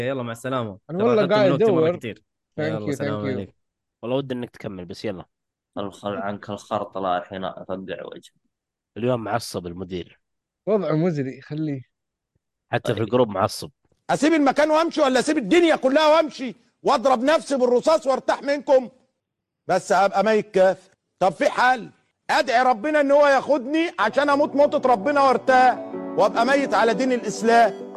يلا مع السلامة، انا ترى والله أخذت من قاعد وقتي مرة ادور. كثير. ثانك يلا يو ثانك سلام يو. عليكم. والله ودي انك تكمل بس يلا. بس خل عنك الخرط لا الحين افقع وجه. اليوم معصب المدير. وضع مزري خليه. حتى في طيب. الجروب معصب. اسيب المكان وامشي ولا اسيب الدنيا كلها وامشي واضرب نفسي بالرصاص وارتاح منكم؟ بس ابقى ميت كافر. طب في حل؟ ادعي ربنا ان هو ياخدني عشان اموت موتة ربنا وارتاح وابقى ميت على دين الاسلام.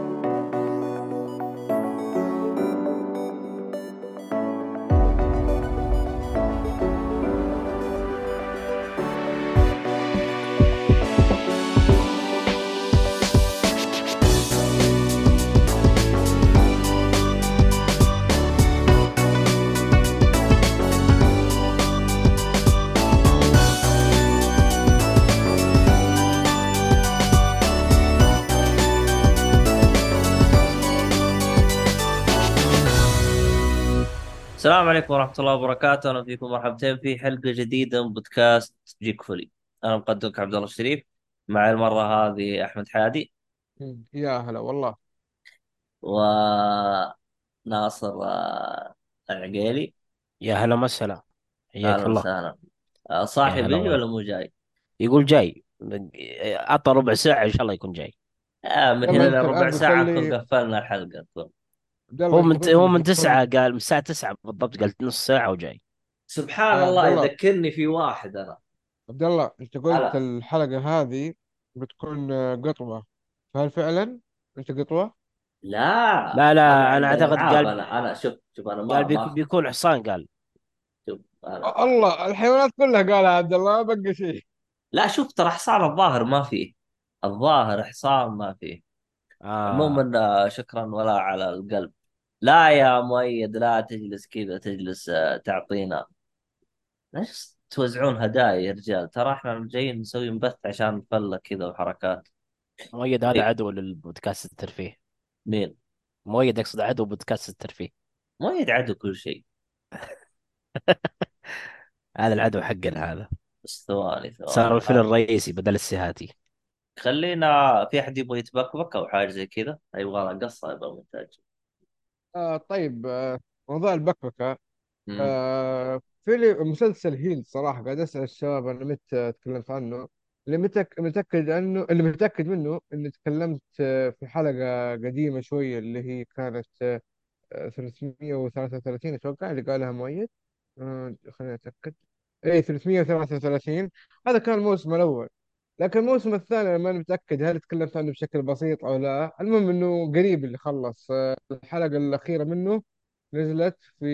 السلام عليكم ورحمة الله وبركاته، أهلا فيكم مرحبتين في حلقة جديدة من بودكاست جيك فولي. أنا مقدمك عبد الله الشريف، مع المرة هذه أحمد حادي يا هلا والله. وناصر العقيلي. يا هلا مسهلا. أهلا حياك الله. وسهلا. يا صاحي هلا بيجي والله. ولا مو جاي؟ يقول جاي. عطى ربع ساعة ان شاء الله يكون جاي. من يلا هنا انت لربع الان ساعة نكون بتخلي. قفلنا الحلقة نكون. عبد الله هو انت من قلت هو انك من بتكون. 9 قال من الساعة 9 بالضبط، قالت نص ساعة وجاي. سبحان عبد الله الله يذكرني في واحد أنا. عبد الله انت قلت هلا. الحلقة هذه بتكون قطوة، فهل فعلا انت قطوة؟ لا، لا أنا لا انا عندي اعتقد ألعاب. قال. أنا شوف أنا قال ما بيكون حصان قال. شوف أنا. الله الحيوانات كلها قالها عبد الله، ما بقى شيء. لا شوف، ترى حصان الظاهر ما فيه. الظاهر حصان ما فيه. اه. عموما شكرا ولا على القلب. لا يا مؤيد، لا تجلس كذا، تجلس تعطينا. ليش توزعون هدايا يا رجال؟ ترى احنا جايين نسوي بث عشان نفلك كذا وحركات. مؤيد هذا إيه. عدو للبودكاست الترفيه. مين؟ مؤيد اقصد عدو بودكاست الترفيه. مؤيد عدو كل شيء. هذا العدو حقنا هذا. بس ثواني صار ثواني الفيلم الرئيسي بدل السهاتي. خلينا. في احد يبغى يتبكبك او حاجه زي كذا؟ يبغى له قصه، يبغى مونتاج. طيب، موضوع البكبكة. مم. فيلم مسلسل هيل صراحة قاعد أسأل الشباب أنا متى تكلمت عنه. اللي متأكد منه إني تكلمت في حلقة قديمة شوية اللي هي كانت 333 أتوقع اللي قالها مؤيد. خليني أتأكد. إيه 333. هذا كان الموسم الأول، لكن الموسم الثاني أنا ماني متأكد هل تكلمت عنه بشكل بسيط أو لا. المهم إنه قريب اللي خلص. الحلقة الأخيرة منه نزلت في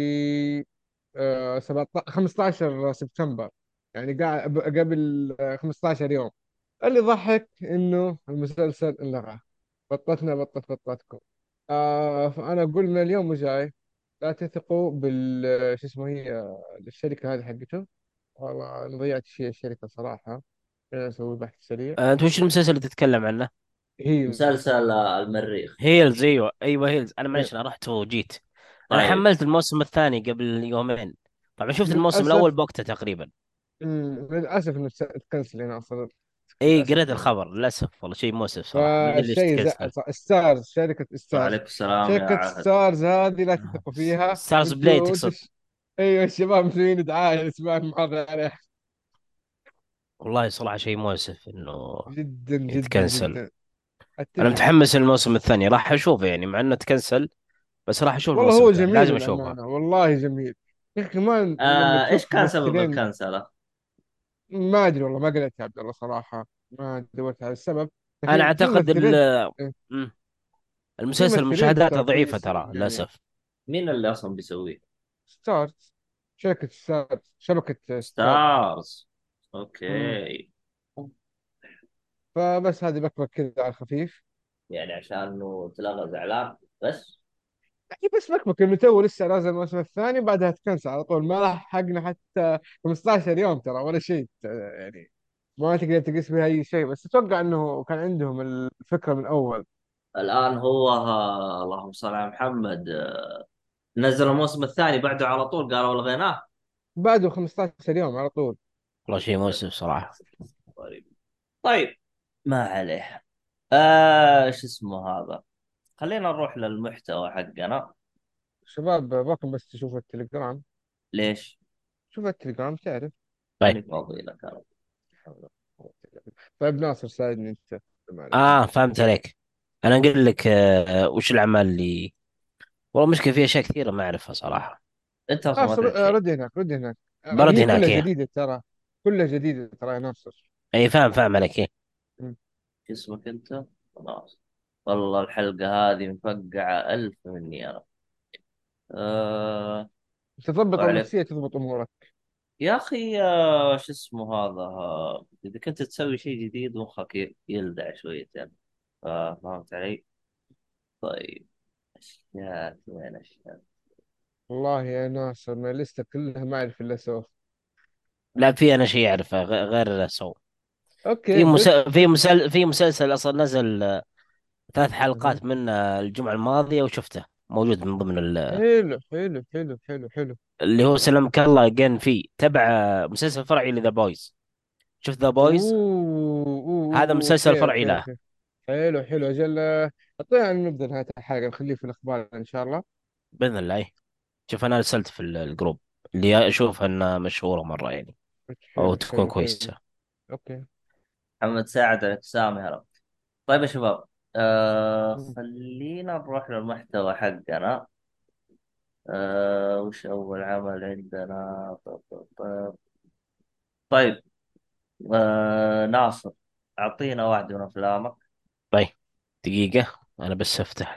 15 سبتمبر، يعني قبل 15 يوم. اللي ضحك انه المسلسل انلغى. بطتنا بطتكم. فانا اقول من اليوم وجاي لا تثقوا شو اسمه هي الشركه هذه حقته. والله انا ضيعت شيء الشركه صراحه. خلينا نسوي بحث سريع. انت وش المسلسل اللي تتكلم عنه؟ هيلز. مسلسل المريخ. هيلز، ايوه ايوه هيلز. انا إيه، معلش انا رحت وجيت. انا طيب. حملت الموسم الثاني قبل يومين. طبعا شفت الموسم الاول للاسف. بوقته تقريبا. للاسف انه تكنسل هنا اصلا. اي للاسف قريت يعني. الخبر للاسف، والله شيء مؤسف صراحه، ما ادري ليش فالشيء تكسل. ستارز، شركة ستارز. وعليكم السلام يا شركة عهد. ستارز هذه لا تثقوا فيها. ستارز بلاي وانتوا تقصد؟ ايوه الشباب مسوين دعاية الاسبوع الماضي عليها. والله صراحه شيء مؤسف انه جدا جدا يتكنسل. جدا. انا اتفق متحمس اتفق. للموسم الثاني، راح اشوفه يعني مع انه تكنسل. بس راح اشوف والله الموسم هو الثاني، جميل لازم اشوفه. للأمانة، والله جميل. يا اخي كمان لما ايش تشوف كان سبب ممثلين. الكنسله؟ ما ادري والله، ما قريت يا عبد الله صراحة. ما دورت على السبب. انا لكن في اعتقد ممثلين. إيه، مم. في المسلسل ممثلين مشاهداته ترى ضعيفه ترى كويسين يعني. للاسف. مين اللي اصلا بيسويه؟ ستارز. شركة ستارز، شبكة ستارز. ستارز. اوكي. فبس هذه بكبك كذا على الخفيف. يعني عشان انه تلغى زعلان بس. يعني بس بكبك انه تو لسه نازل الموسم الثاني بعدها تكنسل على طول، ما لحقنا حتى 15 يوم ترى ولا شيء يعني. ما تقدر تقيس بها اي شيء، بس اتوقع انه كان عندهم الفكره من اول. الان هو اللهم صل على محمد، نزل الموسم الثاني بعده على طول قالوا لغيناه. بعده 15 يوم على طول. والله شيء مؤسف صراحه. طيب. طيب. ما عليه. شو اسمه هذا. خلينا نروح للمحتوى حقنا. شباب باكم بس تشوفوا التليجرام. ليش؟ شوف التليجرام تعرف. طيب. ماني فاضي لك انا. حول ولا قوة إلا بالله. طيب ناصر ساعدني انت معلش. فهمت عليك. انا اقول لك وش الاعمال اللي، والله مشكلة في اشياء كثيرة ما اعرفها صراحة. انت اصلا ما ناصر تعرف شيء. رد هناك رد هناك. برد هي كلها هناك ايه. جديدة ترى. كلها جديدة ترى يا ناصر. اي فاهم عليك ايه. مم. شو اسمك انت؟ خلاص. والله الحلقة هذه مفقعة ألف مني أنا. أه... تضبط وعليك. النفسية تضبط امورك. يا أخي شو اسمه هذا إذا كنت تسوي شيء جديد مخك يلدع شويتين. فهمت علي؟ طيب. أشياء وين أشياء؟ والله يا ناصر ما لسه كلها ما اعرف الا سوف. لا، في انا شيء اعرفه غير سو. اوكي بس. في مسلسل اصلا نزل 3 حلقات مهم. من الجمعة الماضية وشفته موجود من ضمن حلو حلو حلو حلو حلو. اللي هو سلامك الله جن فيه تبع مسلسل فرعي لذا بويز. شفت ذا بويز؟ هذا مسلسل اوكي فرعي اوكي له. اوكي. حلو حلو اجل. اعطينا عن نبدا نهاية الحلقة نخليه في الاخبار ان شاء الله. باذن الله إيه. شوف انا ارسلت في الجروب اللي اشوف انها مشهورة مرة يعني، او حلو تكون حلو حلو. كويسة. اوكي. محمد ساعد عليك سامي هلا. طيب يا شباب. خلينا نروح للمحتوى حقنا. وش أول عمل عندنا؟ طيب. ناصر، أعطينا واحدة من أفلامك. طيب دقيقة، انا بس افتح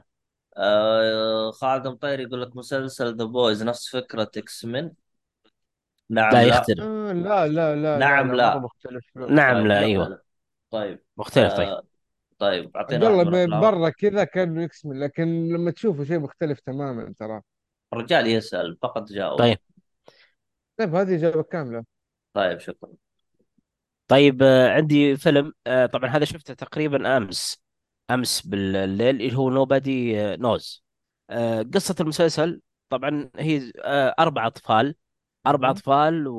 خالد مطير يقول لك مسلسل ذا بويز نفس فكرة إكس من. نعم لا لا. يختلف. لا لا لا لا نعم لا مرة لا. مختلف. نعم طيب لا ايوه. مختلف. طيب. مختلف طيب. آه طيب أعطينا واحدة من قلب أفلامك. برا كذا كانه يكسمل لكن لما تشوفه شيء مختلف تماما ترى. الرجال يسأل فقط جاوب. طيب. طيب هذه إجابة كاملة. طيب شكرا. طيب عندي فيلم طبعا هذا شفته تقريبا امس بالليل اللي هو نوبادي نوز. قصة المسلسل طبعا هي 4 أطفال. أربع مهم. أطفال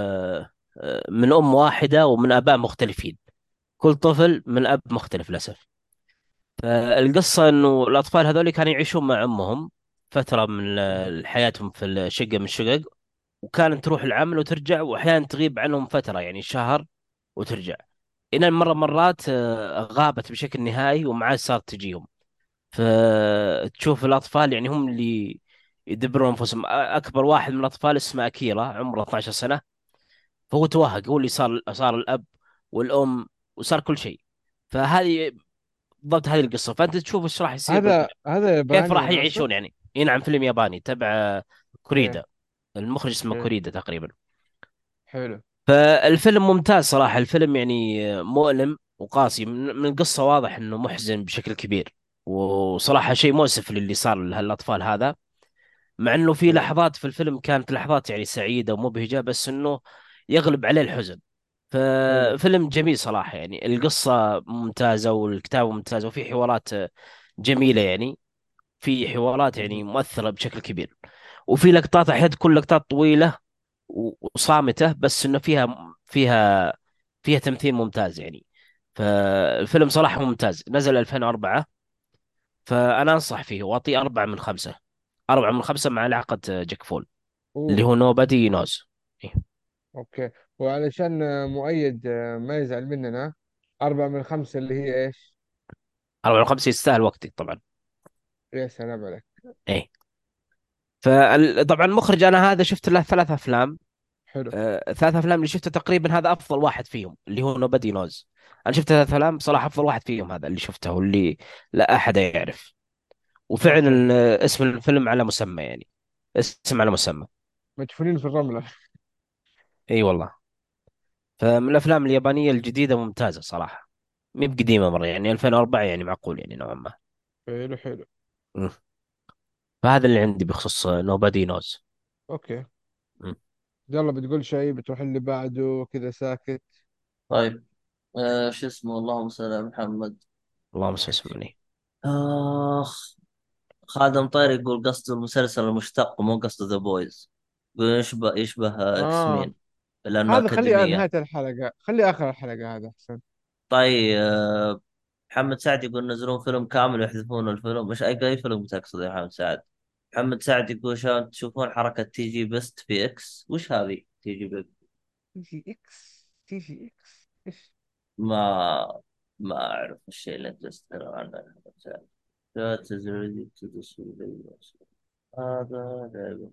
من أم واحدة ومن آباء مختلفين. كل طفل من أب مختلف للأسف. فالقصة إنه الأطفال هذول كانوا يعيشون مع أمهم فترة من مهم. حياتهم في الشقة من الشقق. وكانت تروح العمل وترجع وأحيانا تغيب عنهم فترة يعني شهر وترجع. إلى مرات غابت بشكل نهائي وما عاد صارت تجيهم. فتشوف الأطفال يعني هم اللي يدبرون أنفسهم. أكبر واحد من الأطفال اسمه أكيرا عمره 12 سنة. فهو توهق، هو اللي صار الأب والأم وصار كل شيء. فهذه بالضبط هذه القصة. فأنت تشوف إيش راح يصير هذا كيف ياباني يا راح ناصر. يعيشون يعني. اي نعم فيلم ياباني تبع اوكي. كوريدا. المخرج اسمه اوكي. كوريدا تقريبا. حلو. فالفيلم ممتاز صراحة. الفيلم يعني مؤلم وقاسي من القصة واضح انه محزن بشكل كبير. وصراحة شيء مؤسف للي صار لهالأطفال هذا. مع انه في حلو. لحظات في الفيلم كانت لحظات يعني سعيدة ومبهجة بس انه يغلب عليه الحزن. حلو. ففيلم جميل صراحة يعني. القصة ممتازة والكتابة ممتازة وفي حوارات جميلة يعني. في حوارات يعني مهم. مؤثرة بشكل كبير. وفي لقطات أحيانا تكون لقطات طويلة وصامتة بس إنه فيها تمثيل ممتاز يعني. فالفيلم صراحة ممتاز نزل 2004. فأنا أنصح فيه وأعطيه 4 من 5. 4 من 5 مع لعقة جاك فول اللي اوه. هو نوبادي نوز. اوكي. وعلشان مؤيد ما يزعل مننا. 4 من 5 اللي هي ايش؟ 4 من 5 يستاهل وقتي طبعا. يا سلام عليك. إيه. فطبعا مخرج أنا هذا شفت له 3 أفلام. حلو. 3 أفلام اللي شفته تقريبا هذا افضل واحد فيهم اللي هو نوبادي نوز. انا شفت 3 أفلام بصراحه افضل واحد فيهم هذا اللي شفته واللي لا احد يعرف. اوكي. وفعلا اسم الفيلم على مسمى يعني. اسم على مسمى. مدفونين في الرملة. اي والله. فمن الافلام اليابانيه الجديده ممتازه صراحه. مي بقديمه مره يعني 2004 يعني معقول يعني نوعا ما. حلو حلو. مم. فهذا اللي عندي بخصوص نوبادي نوز. اوكي. يلا بتقول شيء بتروح اللي بعده كذا ساكت. طيب. شو اسمه اللهم صل على محمد. اللهم صل وسلم عليه. آخ. خادم طير يقول قصده المسلسل المشتق مو قصده ذا بويز. يقول يشبه اكس اه مين لأنه هذا خليه أكاديمية. نهاية الحلقة خليه آخر الحلقة هذا أحسن. طيب. محمد سعد يقول نزلون فيلم كامل ويحذفون الفيلم. مش أي فيلم تقصد يا محمد سعد؟ محمد سعد يقول شلون تشوفون حركة تي جي بيست في اكس؟ وش هذه تي جي بيست؟ تي جي اكس ايش؟ ما ما أعرف الشيء اللي أنت تتكلم عنه يا محمد سعد. لا تزرد تدسوا لي. هذا لا.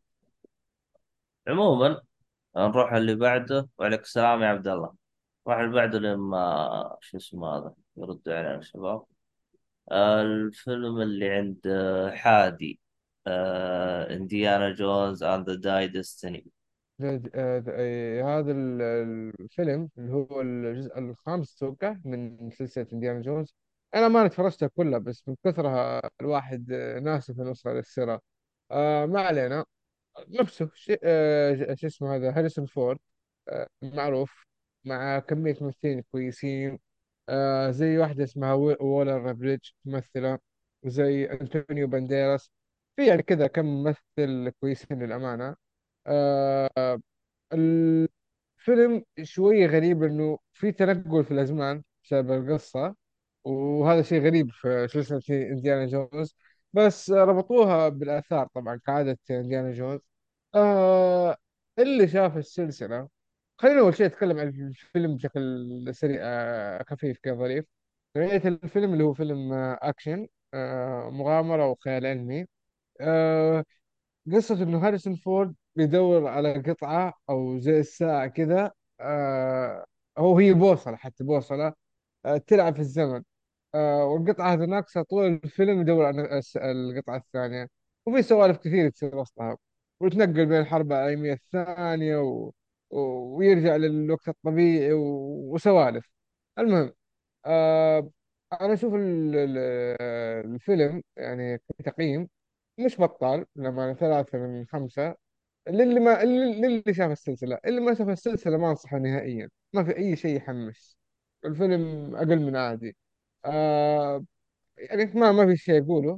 عموما نروح اللي بعده. وعليك السلام يا عبد الله. نروح اللي بعده لما شو اسمه هذا يردوا علينا الشباب. الفيلم اللي عند حادي. انديانا جونز اند ذا داي ديستني. هذا الفيلم اللي هو الجزء الخامس توقع من سلسلة انديانا جونز. أنا ما اتفرجتها كلها، بس من كثرها الواحد ناسي في نص السيرة. ما علينا. نفسه شو اسمه هذا هاريسون فورد. معروف، مع كمية ممثلين كويسين. زي واحدة اسمها وولر بريدج ممثلة، وزي أنطونيو بانديراس. في يعني كذا كم ممثل كويسين للأمانة. آه، الفيلم شوية غريب لأنه في تنقل في الأزمان بسبب القصة، وهذا شيء غريب في سلسلة إنديانا جونز. بس ربطوها بالآثار طبعا كعادة إنديانا جونز. آه اللي شاف السلسلة، خلينا أول شيء أتكلم عن الفيلم بشكل سريع، خفيف كذا ظريف. نوعية الفيلم اللي هو فيلم أكشن، مغامرة وخيال علمي. آه قصة إنه هاريسون فورد بيدور على قطعة أو زي الساعة كذا. أو هي بوصلة، حتى بوصلة تلعب في الزمن. والقطعة هذه ناقصة طول الفيلم، يدور على القطعة الثانية. وفي سوالف كثير تصير وسطها، ويتنقل بين الحرب العالمية الثانية ويرجع للوقت الطبيعي وسوالف. المهم، آه أنا أشوف الفيلم يعني كتقييم مش بطال، لما 3 من 5. للي شاف السلسلة. اللي ما شاف السلسلة ما أنصحه نهائيا، ما في أي شيء يحمس. الفيلم أقل من عادي. آه يعني ما في شيء أقوله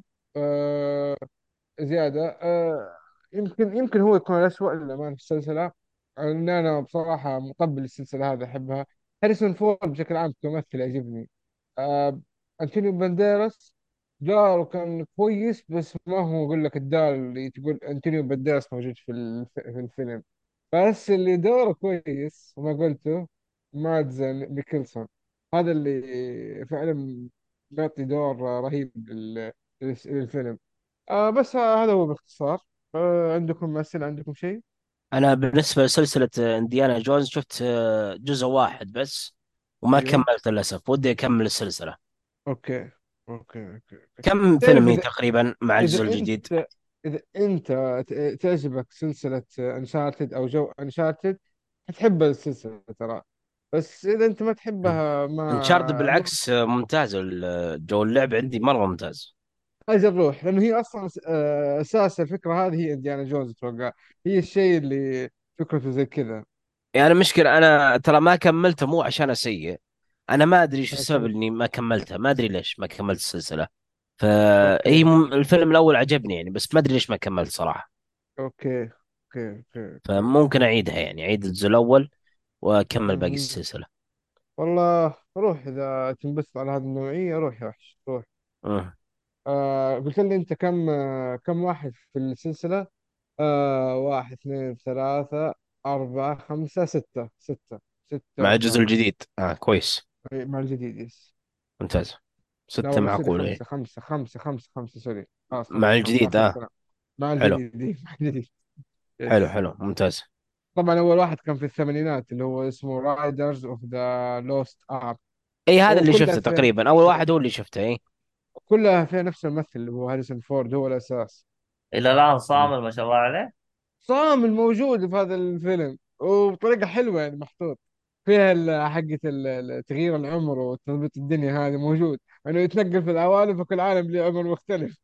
زيادة. يمكن هو يكون الأسوأ للأمانة في السلسلة، لأن أنا بصراحة مقبل السلسلة هذا، أحبها. هاريسون فورد بشكل عام كممثل يعجبني. آه أنتونيو بانديراس داره كان كويس، بس ما هو أقول لك الدار اللي تقول أنتونيو بانديراس موجود في الفيلم. بس اللي دوره كويس وما قلته، مادز ميكلسون. هذا اللي فعلا بيعطي دور رهيب للفيلم. بس هذا هو باختصار. عندكم أسئلة، عندكم شيء؟ انا بالنسبه لسلسله انديانا جونز شفت جزء واحد بس، وما أيوه. كملت للاسف. ودي اكمل السلسله. أوكي أوكي أوكي أوكي. كم فيلم تعرف هي إذا تقريبا مع الجزء إذا الجديد؟ أنت إذا أنت تعجبك سلسلة انشارتد أو جو انشارتد، حتحب السلسلة ترى. بس إذا أنت ما تحبها انشارد ما بالعكس ممتاز. جو اللعب عندي مره ممتاز. اجل روح، لانه هي اصلا اساس الفكره هذه هي انديانا جونز اتوقع. هي الشيء اللي فكرته زي كذا. يعني المشكله انا ترى ما كملته مو عشان اسيء. انا ما ادري شو السبب عشان. اني ما كملتها، ما ادري ليش ما كملت السلسله. اوكي الفيلم الاول عجبني يعني، بس ما ادري ليش ما كملت صراحه. اوكي اوكي اوكي اوكي. فممكن اعيدها يعني، اعيد الجزء الاول واكمل باقي مم. السلسله. والله روح اذا تنبسط على هذه النوعيه، روح يا وحش روح. أه. قلت لي انت كم واحد في السلسله؟ 1 2 3 4 5 6. 6 مع الجزء افلام الجديد كويس. مع الجديد، يس. ممتاز. لا ستة والله سوري، معقولة خمسة إيه. خمسة خمسة خمسة خمسة سوري. خلاص مع خمسة الجديد آخر كلام. مع حلو. الجديد دي مع الجديد. حلو يس. حلو ممتاز. طبعا أول واحد كان في الثمانينات اللي هو اسمه رايدرز أوف ذا لوست آرك. اي هذا اللي وكلها شفته في تقريبا، اول واحد هو اللي شفته اي. كلها فيها نفس الممثل اللي هو هاريسون فورد، هو الأساس. الى الان صامل ما شاء الله عليه. صام الموجود في هذا الفيلم وبطريقة حلوة، يعني محطوط فيها حقة تغيير العمر وتظبيط الدنيا، هذه موجود انه يتنقل في العوالم، فكل عالم له عمر مختلف.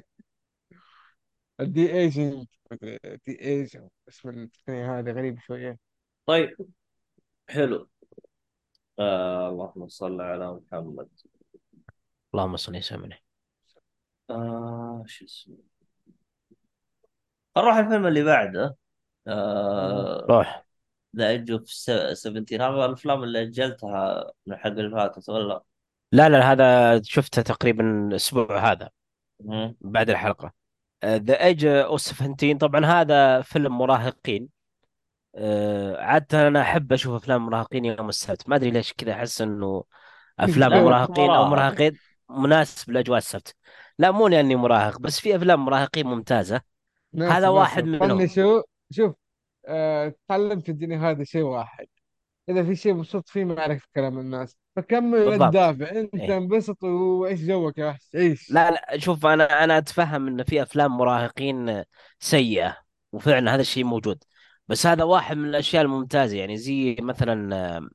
الدي ايجنت، دي ايج، اسم التقنية هذه غريب شوية. طيب حلو. اللهم صل على محمد. اللهم صل وسلم. شو اسمه. نروح الفيلم اللي بعده. مم. روح. ذا ايدج اوف 17. هذا الافلام اللي اجلتها من الحلقه اللي فاتت ولا؟ لا لا، هذا شفته تقريبا الاسبوع هذا مم. بعد الحلقه. ذا ايج اوف 17 طبعا هذا فيلم مراهقين. عادة أنا أحب أشوف أفلام مراهقين يوم السبت، ما أدري ليش كذا، أحس إنه ايش أفلام لانك جو؟ المراهقين أو مراهق. مراهقين مناسب لأجواء السبت. لا مو لأني مراهق، بس في أفلام مراهقين ممتازة. هذا ناسب واحد ناسب، خلني منهم. شو. شوف، تعلمت في الدنيا هذا شيء واحد: اذا في شيء مبسوط فيه ما عليك في كلام الناس، فكمل لا بالضبط. تدافع، انت إيه. انبسط وعيش جوك يا وحش عيش. لا لا، شوف، أنا أتفهم إن في أفلام مراهقين سيئة، وفعلا هذا الشيء موجود. بس هذا واحد من الأشياء الممتازة، يعني زي مثلا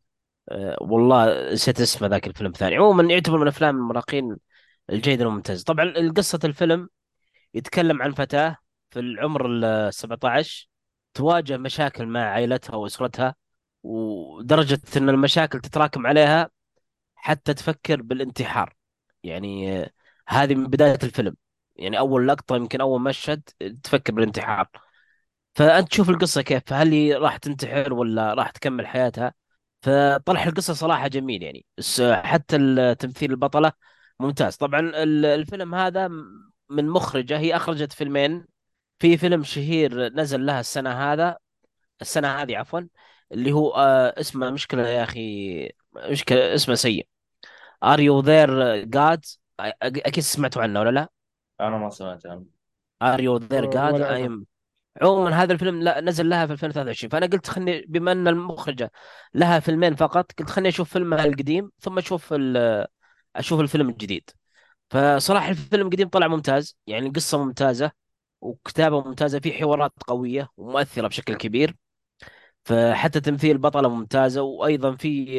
والله نسيت اسمه ذاك الفيلم الثاني. عموما يعتبر من الأفلام المراهقين الجيدة الممتازة. طبعا قصة الفيلم يتكلم عن فتاة في العمر ال 17 تواجه مشاكل مع عائلتها وأسرتها، ودرجة أن المشاكل تتراكم عليها حتى تفكر بالانتحار. يعني هذه من بداية الفيلم، يعني أول لقطة يمكن أول مشهد تفكر بالانتحار. فأنت تشوف القصة كيف، هل هي راح تنتحر ولا راح تكمل حياتها. فطرح القصة صراحة جميل يعني، حتى تمثيل البطلة ممتاز. طبعا الفيلم هذا من مخرجة، هي أخرجت فيلمين. في فيلم شهير نزل لها السنة هذه عفوا، اللي هو اسمه مشكلة يا أخي، مشكلة اسمه سيء. Are you there God؟ أكيد سمعتوا عنه ولا لا؟ انا ما سمعت عنه. Are you there God؟ ولا انا. عموما هذا الفيلم لا نزل لها في 2023، فانا قلت خلني بما ان المخرجه لها فيلمين فقط، قلت خلني اشوف فيلمها القديم ثم اشوف الفيلم الجديد. فصراحه الفيلم القديم طلع ممتاز، يعني القصه ممتازه وكتابه ممتازه، في حوارات قويه ومؤثره بشكل كبير. فحتى تمثيل البطله ممتازه، وايضا في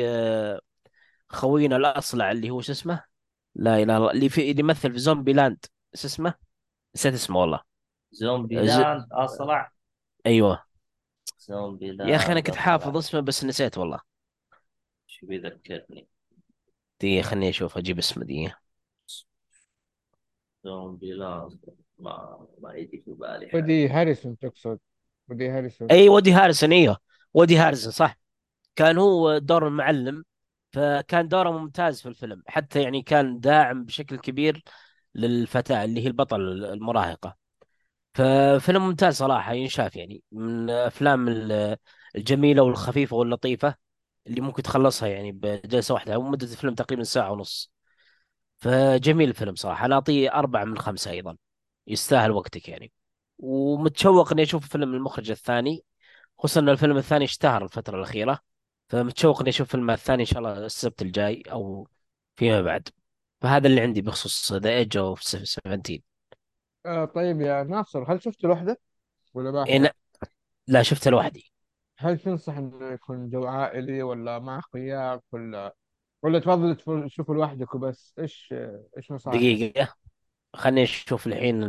خوينا الاصلع اللي هو شو اسمه، لا اله الا الله، اللي يمثل في زومبي لاند، شو اسمه، نسيت اسمه والله. زومبي ز... لاند اصلع. ايوه. زومبي يا اخي انا لاند كنت حافظ اصلع. اسمه بس نسيت والله. شو بيذكرني؟ دقيقة خليني اشوف اجيب اسمه دقيقة. زومبي لاند. ما يجي في بالي حاجه. ودي هاريسون تقصد؟ ودي هاريسون. اي ودي هارسون، ايوه ودي هارسون صح. كان هو دور المعلم، فكان دوره ممتاز في الفيلم، حتى يعني كان داعم بشكل كبير للفتاة اللي هي البطل المراهقة. ففيلم ممتاز صراحة ينشاف، يعني من الافلام الجميلة والخفيفة واللطيفة اللي ممكن تخلصها يعني بجلسة واحدة، ومدة الفيلم تقريبا ساعة ونص. فجميل الفيلم صراحة، أنا أعطيه 4 من 5 أيضا، يستاهل وقتك يعني. ومتشوق إني أشوف فيلم المخرج الثاني، خصوصا أن الفيلم الثاني اشتهر الفترة الأخيرة. فمتشوق إني أشوف الفيلم الثاني إن شاء الله السبت الجاي أو فيما بعد. فهذا اللي عندي بخصوص ذا ايج اوف 17. طيب يا ناصر، هل شفت لوحدك ولا إن... باقي؟ لا شفته لوحدي. هل تنصح انه يكون جو عائلي ولا مع اخوياك، ولا تفضل تشوفه لوحدك وبس؟ ايش نصائحك؟ دقيقة خليني أشوف الحين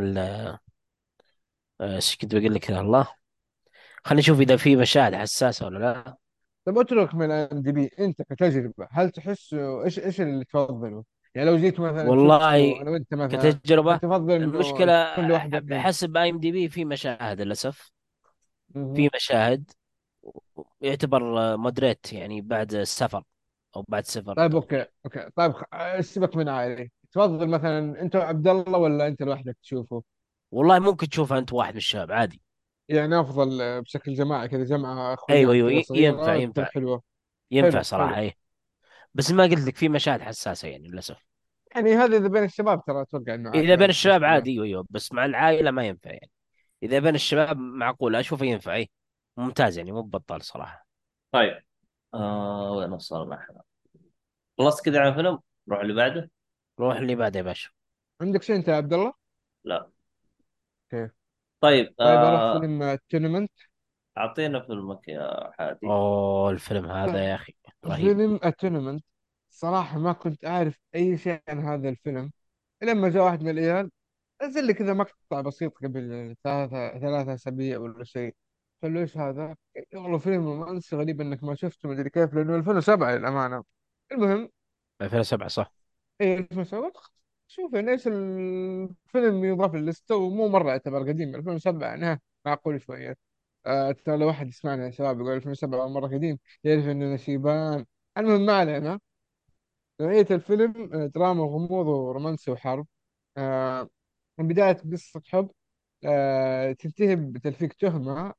ايش كنت بقول لك يا الله. خليني أشوف إذا في مشاهد حساسة ولا لا. طيب اترك من ام دي بي، انت كتجربة هل تحس ايش اللي تفضله؟ يعني لو جيت مثلا والله شفته انا وانت مثلا، هل كتجربة، تفضل انه المشكلة تكون لوحدك انت؟ بحسب اي ام دي بي في مشاهد للأسف، مهم. في مشاهد يعتبر مودريت يعني بعد السفر او بعد سفر طيب او اوكي اوكي، طيب سيبك من عائلي، تفضل مثلا انت وعبد الله ولا انت لوحدك تشوفه؟ والله ممكن تشوفها انت واحد من الشباب عادي. يعني افضل بشكل جماعي كذا، جمعة ايوه اخوياك ايوه كذا ينفع صغيرة تكون ينفع حلوة. ينفع حلو حلو. صراحة ايه. بس ما قلت لك في مشاهد حساسة يعني للأسف. يعني هذا اذا بين الشباب ترى اتوقع انه اذا بين مش الشباب مشكلة. عادي ايوه ايوه، بس مع العائلة ما ينفع يعني. اذا بين الشباب معقول اشوفه ينفع ايه، ممتاز يعني مو بطال صراحة. طيب. وين وصلنا احنا؟ خلصت كذا على فيلم. نروح اللي بعده. روح اللي بعده يا باشا. عندك شيء انت يا عبد الله؟ لا. كيف؟ طيب. طيب اروح فيلم تونمنت. اعطينا فيلمك يا حاتي. اوه الفيلم هذا يا اخي رهيب. فيلم التونمنت، صراحة ما كنت أعرف أي شيء عن هذا الفيلم لما جاء واحد من العيال نزل لي كذا مقطع بسيط قبل ثلاثة أسابيع ولا شيء. قال له إيش هذا؟ قال لي والله فيلم رومانسي غريب إنك ما شفته، مدري كيف، لأنه 2007 للأمانة. المهم، 2007 صح. إيه 2007. شوف يعني إيش الفيلم يضاف للستة، ومو مرة يعتبر قديم 2007 يعني، معقول شوية. ترى لو واحد يسمعنا يا شباب يقول 2007 مرة قديم، يعرف إننا شيبان. المهم ما علينا. نوعية الفيلم دراما وغموض ورومانسي وحرب. من بداية قصة حب تنتهي بتلفيق تهمة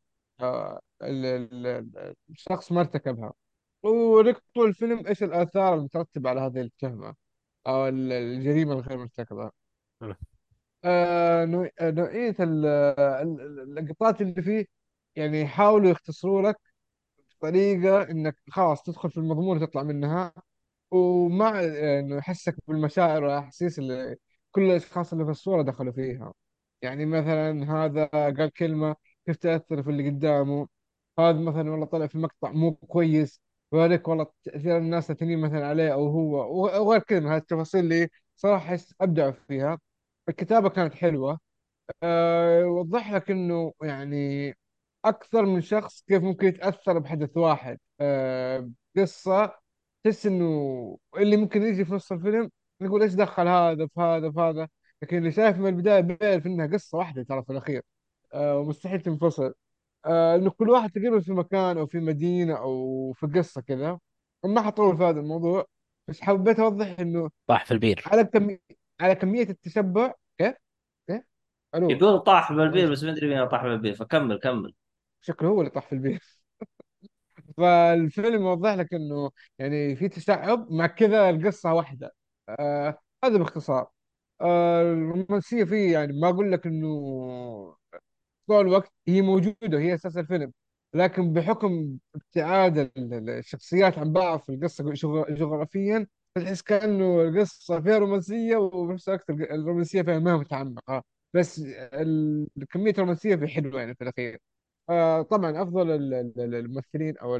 الشخص ما ارتكبها، وريك طول الفيلم ايش الآثار المترتبة على هذه التهمة أو الجريمة الغير مرتكبة. مم. نوعية اللقطات اللي فيه، يعني يحاولوا يختصروا لك بطريقة إنك خلاص تدخل في المضمون وتطلع منها، ومع إنه يحسك بالمشاعر والأحاسيس اللي كل الأشخاص اللي في الصورة دخلوا فيها. يعني مثلا هذا قال كلمة كيف تأثر في اللي قدامه، هذا مثلا والله طلع في مقطع مو كويس، وذلك والله تأثير الناس الثانيين مثلا عليه أو هو، وغير كذا من هذه التفاصيل اللي صراحة أبدعوا فيها. الكتابة كانت حلوة. وضح لك انه يعني اكثر من شخص كيف ممكن يتاثر بحدث واحد. قصه تحس انه اللي ممكن يجي في نص الفيلم يقول ايش دخل هذا في هذا في هذا، لكن اللي شايف من البدايه بيعرف انها قصه واحده ترى في الاخير. ومستحيل تنفصل. انه كل واحد تقريبا في مكان او في مدينه او في قصه كذا. ما حطول في هذا الموضوع، بس حبيت اوضح انه طاح في البير. على كمية على كميه التشبع. كيف؟ كيف؟ الو. يقول طاح بالبير بس ما ادري مين طاح بالبير، فكمل كمل. شكله هو اللي طاح في البيت. فالفيلم يوضح لك انه يعني في تشعب مع كذا القصة واحدة. هذا باختصار. الرومانسية فيه يعني ما اقول لك انه طول الوقت هي موجودة، هي اساس الفيلم، لكن بحكم ابتعاد الشخصيات عن بعض في القصة جغرافيا، تحس كأنه القصة فيها رومانسية وبنفس الوقت الرومانسية فيها ما متعمقة. بس كمية الرومانسية في حلوة يعني في الأخير. طبعا افضل الممثلين او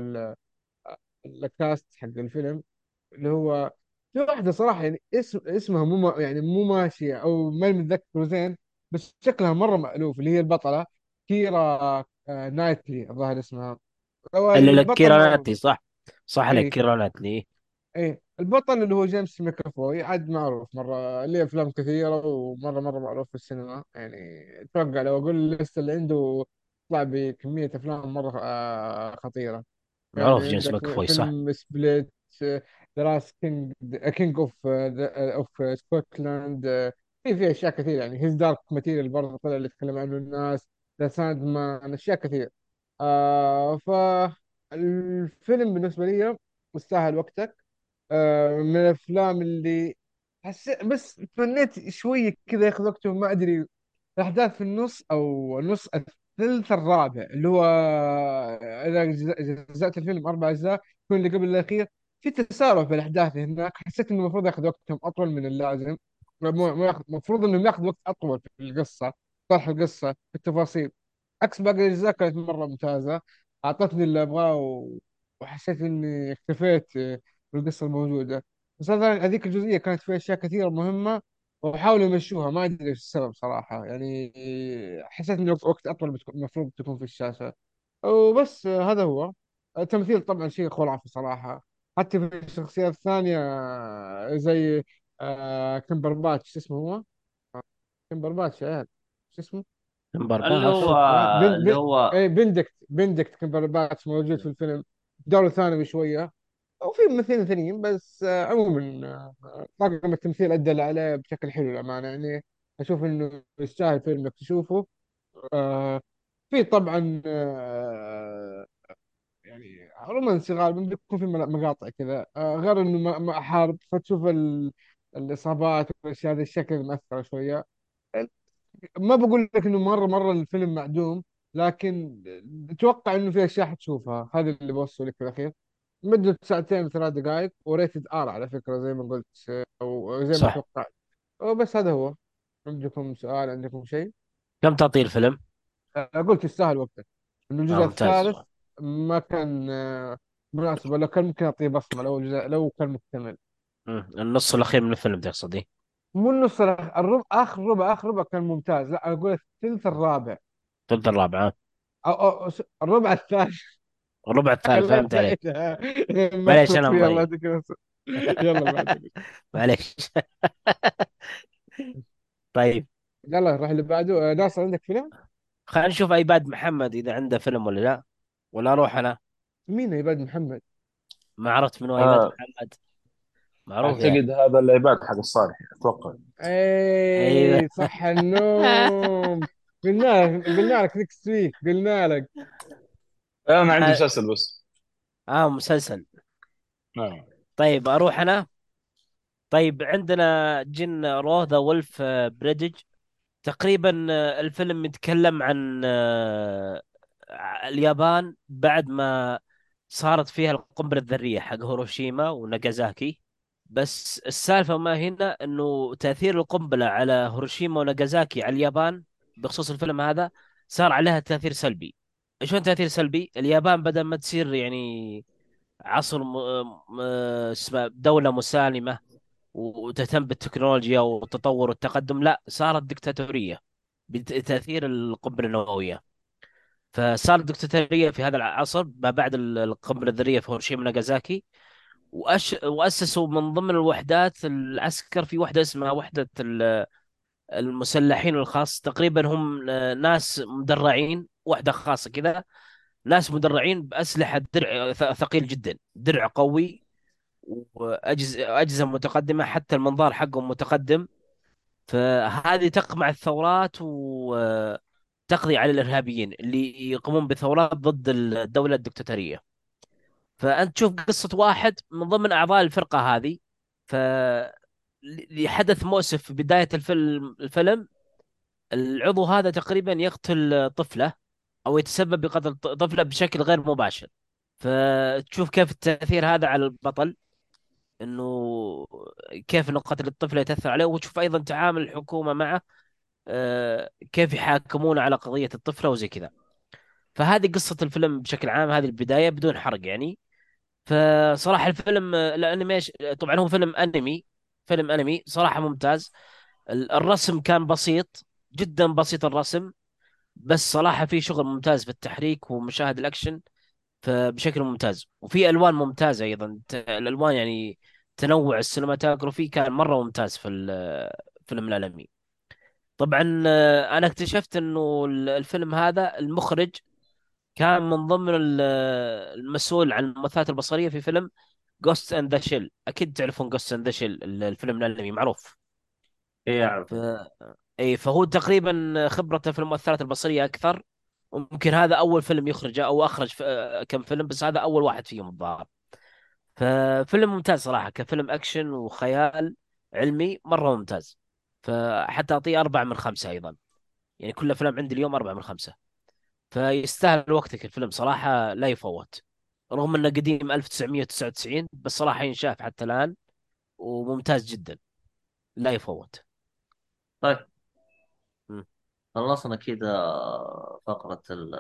الكاست حق الفيلم، اللي هو في واحده صراحه يعني اسمها يعني مو ماشيه او ما متذكر زين، بس شكلها مره مألوف، اللي هي البطله كيرا نايتلي الظاهر اسمها. هو اللي لك كيرا البطل. ناتلي، صح؟ صح لك اي. كيرا ناتلي. ايه البطل اللي هو جيمس ميكافوي عاد معروف مره، ليه افلام كثيره ومره مره معروف في السينما يعني. اتوقع لو اقول الليست اللي عنده طلع بكميه افلام مره خطيره. معروف يعني جيمس عندك ماكفوي، صح. فيلم سبليت، ذا لاست كينج اوف سكوتلاند. في اشياء كثير يعني، هيز دارك ماتيريال برضه طلع اللي يتكلم عنه الناس، ذا ساند مان، اشياء كثير. فالفيلم بالنسبه لي مستاهل وقتك. من الافلام اللي حسيت بس تمنيت شويه كذا ياخذ وقته، ما ادري الأحداث في النص أو النص الثلث الرابع اللي هو إذا جزأت الفيلم 4 أجزاء، يكون اللي قبل الأخير في تسارع في الأحداث هناك. حسيت إنه المفروض ياخذ وقتهم أطول من اللازم. المفروض إنه ياخذ وقت أطول في القصة، طرح القصة في التفاصيل. عكس باقي الأجزاء كانت مرة ممتازة، أعطتني اللي أبغاه وحسيت إني اكتفيت بالقصة الموجودة. بس مثلا هذيك الجزئية كانت فيها أشياء كثيرة مهمة وحاولوا يمشوها، ما ادري ايش السبب صراحه يعني. حسيت انه وقت اطول المفروض تكون في الشاشه. وبس هذا هو. التمثيل طبعا شيء خرافي صراحه، حتى في الشخصيات الثانيه زي كمبر باتش، شو اسمه هو؟ كمبر باتش يا عيال، شو اسمه؟ نمبر اللي هو باش. اللي هو اي بندكت كمبر باتش موجود في الفيلم، دوره ثانوي شويه. وفي ممثلين ثانيين بس عموما طاقم التمثيل أدى اللي عليه بشكل حلو الأمانة يعني. أشوف إنه يستاهل فيلم إنك تشوفه. آه في طبعا يعني رومانسي غالبا بيكون في مقاطع كذا، غير إنه ما حارب فتشوف الإصابات والأشياء هذا الشكل مأثرة شوية. ما بقول لك إنه مرة مرة الفيلم معدوم، لكن أتوقع إنه في أشياء حتشوفها، هذا اللي بوصله لك في الأخير. مدة ساعتين وثلاث دقائق وريتد ار على فكرة زي ما قلت، او زي ما صح. توقعت. بس هذا هو. عندكم سؤال؟ عندكم شيء؟ كم تعطيه الفيلم؟ قلت يستاهل وقتك، انه الجزء ممتاز. الثالث ما كان مناسب، ولا كان ممكن اعطيه بصمة لو لو كان مكتمل. النص الأخير من الفيلم تقصد إيه؟ مو النص الربع، اخر ربع كان ممتاز، لا اقول الثلث الرابع الثلث الرابع، ها؟ الربع الثالث. الربع الثالث، الله فهمت عليك. تعيدها. ما معليش تخلط أنا فيها الله مضيع. يعطيك العافية. يلا اللي بعدك. معليش. طيب. يلا نروح اللي بعده. ناصر عندك فيلم؟ خلينا نشوف ايباد محمد اذا عنده فيلم ولا لا، ولا اروح انا. مين عباد محمد؟ ما عرفت من هو ايباد آه محمد. معروف يعني. اعتقد هذا العباد حق الصالح اتوقع. ايوه. اي صح النوم. قلنا لك نكست ويك، قلنا لك. انا عندي ما مسلسل بس. مسلسل. نعم. طيب اروح انا. طيب عندنا جن رو ذا وولف بريدج. تقريبا الفيلم يتكلم عن اليابان بعد ما صارت فيها القنبلة الذرية حق هيروشيما وناغازاكي. بس السالفة ما هنا انه تأثير القنبلة على هيروشيما وناغازاكي على اليابان بخصوص الفيلم هذا صار عليها تأثير سلبي. شلون تأثير سلبي؟ اليابان بدل ما تصير يعني عصر اسمه دولة مسالمة وتهتم بالتكنولوجيا والتطور والتقدم، لا صارت دكتاتورية بتأثير القنبلة النووية. فصارت دكتاتورية في هذا العصر ما بعد القنبلة الذرية في هيروشيما وناغازاكي. وأسسوا من ضمن الوحدات العسكر في وحدة اسمها وحدة المسلحين الخاص. تقريبا هم ناس مدرعين، وحدة خاصة كذا، ناس مدرعين بأسلحة درع ثقيل جدا، درع قوي وأجهزة متقدمة، حتى المنظار حقهم متقدم. فهذه تقمع الثورات وتقضي على الإرهابيين اللي يقومون بثورات ضد الدولة الدكتاتورية. فأنت تشوف قصة واحد من ضمن أعضاء الفرقة هذه. ف لحدث مؤسف في بداية الفيلم العضو هذا تقريبا يقتل طفلة أو يتسبب بقتل طفلة بشكل غير مباشر. فتشوف كيف التأثير هذا على البطل، انه كيف انه قتل الطفل يتاثر عليه، وتشوف ايضا تعامل الحكومه معه، كيف يحاكمون على قضيه الطفله وزي كذا. فهذه قصه الفيلم بشكل عام، هذه البدايه بدون حرق يعني. فصراحه الفيلم الانيميشن طبعا هو فيلم انمي، فيلم انمي صراحه ممتاز. الرسم كان بسيط جدا، بسيط الرسم، بس صراحه في شغل ممتاز في التحريك ومشاهد الاكشن فبشكل ممتاز. وفي الوان ممتازه ايضا، الالوان يعني تنوع السينماتوجرافي كان مره ممتاز في الفيلم العالمي. طبعا انا اكتشفت انه الفيلم هذا المخرج كان من ضمن المسؤول عن المؤثرات البصريه في فيلم جوست اند ذا شيل. اكيد تعرفون جوست اند ذا شيل، الفيلم العالمي معروف. اي ف... اعرف. اي فهو تقريبا خبرته في المؤثرات البصريه اكثر. وممكن هذا اول فيلم يخرجه او اخرج كم فيلم، بس هذا اول واحد فيهم الظاهر. ففيلم ممتاز صراحة، كفيلم أكشن وخيال علمي مرة ممتاز. فحتى أعطيه 4/5 أيضا. يعني كل أفلام عندي اليوم 4/5. فيستاهل وقتك الفيلم صراحة، لا يفوت. رغم أنه قديم 1999، بس صراحة ينشاف حتى الآن وممتاز جدا، لا يفوت. طيب مم. خلصنا كذا فقرة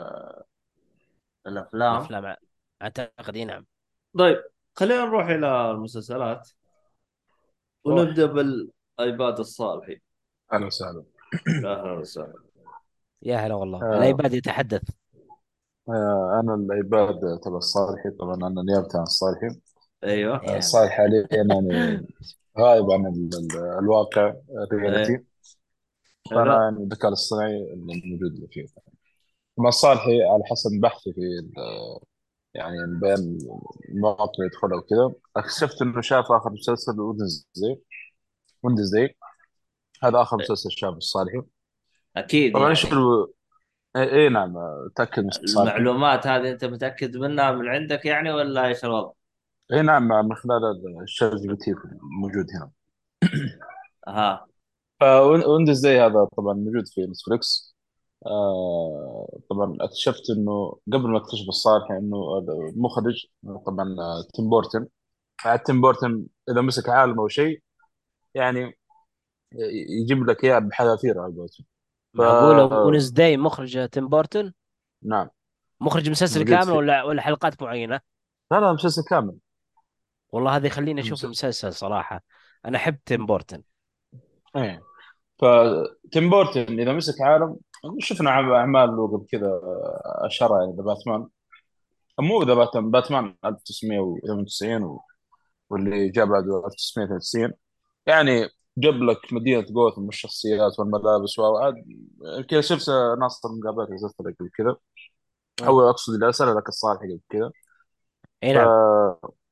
الافلام. الأفلام أعتقد إي نعم. طيب خلينا نروح الى المسلسلات روح. ونبدا بالايباد الصالحي. اهلا وسهلا. اهلا وسهلا. يا هلا والله، آه الأيباد يتحدث. انا العباد تبع الصالحي، طبعا انا نيابة عن الصالحي. ايوه. يا هلا. الصالح حاليا يعني غايب عن الواقع ايه. الرياليتي. حلو. فانا يعني الذكاء الاصطناعي اللي فيه. مع الصالحي على حسب بحثي في يعني بين المواقع اللي يدخلها وكذا، اكتشفت انه شاف اخر مسلسل ويندزداي. هذا اخر مسلسل شافه الصالحي. اكيد طبعا ايش يعني اي نعم. تاكد من الصالحي. المعلومات هذه انت متاكد منها من عندك يعني ولا ايش الوضع؟ اي نعم، من خلال الشات جي بي تي الموجود هنا. ها. فويندزداي هذا طبعا موجود في نتفلكس. طبعا اكتشفت انه قبل ما اكتشف الصالحي انه المخرج طبعا تيم بورتن. تيم بورتن اذا مسك عالم او شيء يعني يجيب لك اياه بحذافيره على قولتهم. ف معقولة ونزداي مخرج تيم بورتن؟ نعم. مخرج مسلسل موجود كامل في. ولا حلقات معينة؟ لا لا، مسلسل كامل. والله هذه خليني اشوف مسلسل. المسلسل صراحة. انا احب تيم بورتن. ايه. فتيم بورتن اذا مسك عالم، شفنا اعمال له قبل كذا اشهرها يعني ذا باتمان. مو ذا باتمان 1998 واللي جاء بعده 1992. يعني جاب لك مدينة جوثم والشخصيات والملابس وعاد. كذا شفت ناس مقابلات نزلت لك قبل كذا. آه. او اقصد اللي ارسل لك الصالح قبل كذا. اي ف نعم.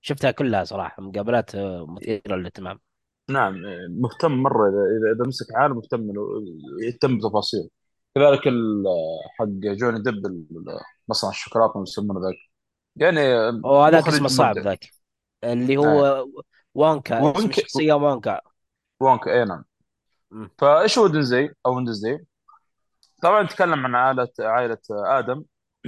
شفتها كلها صراحه، مقابلات مثيره للاهتمام. نعم. مهتم مره، اذا مسك عالم مهتم انه يهتم بتفاصيل. كذلك حق جوني ديب مصنع الشوكولاته اللي يسمونه ذاك، يعني وهذاك اسمه مخرج صعب مبدع. ذاك، اللي آه. هو وونكا، اسم وينك الشخصيه وونكا. وونك، اي نعم. مم. فايش هو دنزي او ويندزداي؟ طبعا نتكلم عن عائله ادم.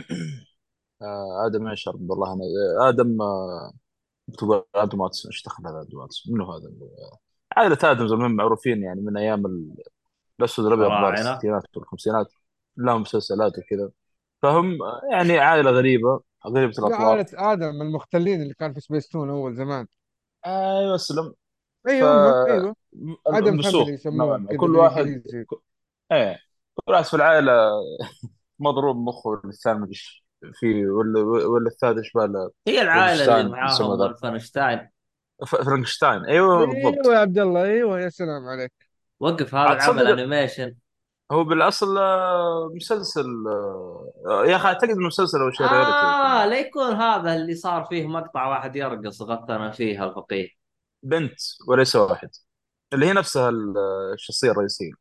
ادم ايش رب الله انا ادم تقول ادم واتسون، ايش دخل هذا ادم واتسون؟ منو هذا؟ عائله ادم زمان معروفين يعني من ايام الاسود الابيض ظهر فراعنه. الستينات والخمسينات، لهم مسلسلات وكذا. فهم يعني عائله غريبه لا، الاطوار. عائلة آدم المختلين اللي كان في سبيس تون أول زمان. ايوه اسلم. أيوة هم، أيوة. آدم فاميلي المسوخ نوعا يسموهم ما، كذا كل واحد بالإنجليزي. ايه، كل واحد في العائله مضروب مخه، والثاني مدري في، ولا الثالث ايش باله. هي العائله اللي فرانكشتاين يسمى معاهم ذا. الفنشتاين. فرانكشتاين، ايوه أيوة يا بالضبط. عبد الله، أيوة، يا سلام عليك. وقف هذا عاد العمل تصدق انيميشن. هو بالاصل مسلسل، يا اخي اعتقد انه مسلسل او شيء رياليتي يكون. لا يكون هذا اللي صار فيه مقطع واحد يرقص غثنا فيها الفقيه. بنت وليس واحد، اللي هي نفسها الشخصيه الرئيسيه،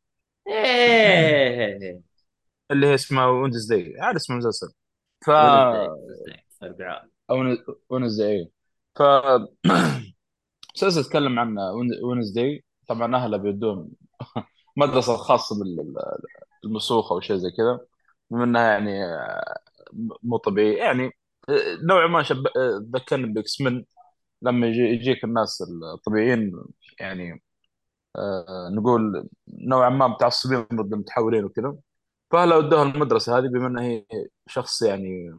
ايه. اللي هي اسمها ويندز داي، عاد اسم المسلسل. ف ونزداي ونزداي اربعاء. او ويندز داي. ف مسلسل يتكلم عن ويندز داي. طبعا اهله بيدون مدرسه خاصه بالمسوخه او شيء زي كذا، بما انها يعني مو طبيعي يعني. نوعا ما ذكرني باكس من، لما يجيك الناس الطبيعيين يعني، نقول نوعا ما متعصبين ضد المتحورين وكذا. فهلا ودوها المدرسه هذه، بما انها هي شخص يعني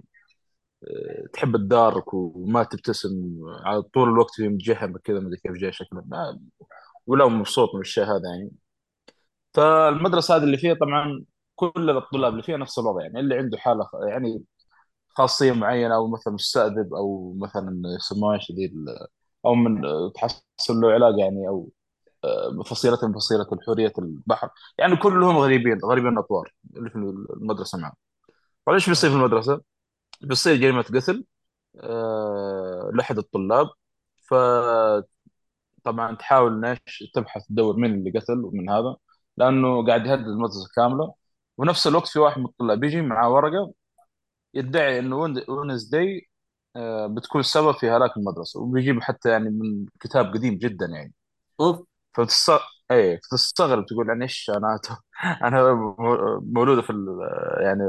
تحب تدارك وما تبتسم على طول الوقت، في متجهم كذا، ما ادري كيف جاي شكله ولا مبسوط من الشيء هذا يعني. فالمدرسه هذه اللي فيها طبعا كل الطلاب اللي فيها نفس الوضع، يعني اللي عنده حاله يعني خاصيه معينه، او مثلا مستأذب، او مثلا يسموها ايش ذي او من تحصل له علاج يعني، او فصيله من فصيله حوريه البحر. يعني كلهم غريبين الاطوار اللي في المدرسه معه. وليش بيصير في المدرسه؟ بيصير جريمه قتل لأحد الطلاب. فطبعا تحاول ناش تبحث تدور مين اللي قتل ومن هذا، لأنه قاعد يهدد المدرسة كاملة. ونفس الوقت في واحد من الطلاب بيجي معاه ورقة يدعي إنه ونس داي بتكون السبب في هلاك المدرسة، وبيجيب حتى يعني من كتاب قديم جدا يعني. اوف. فتص... ايه تستغرب، تقول يعني ايش انا انا مولوده يعني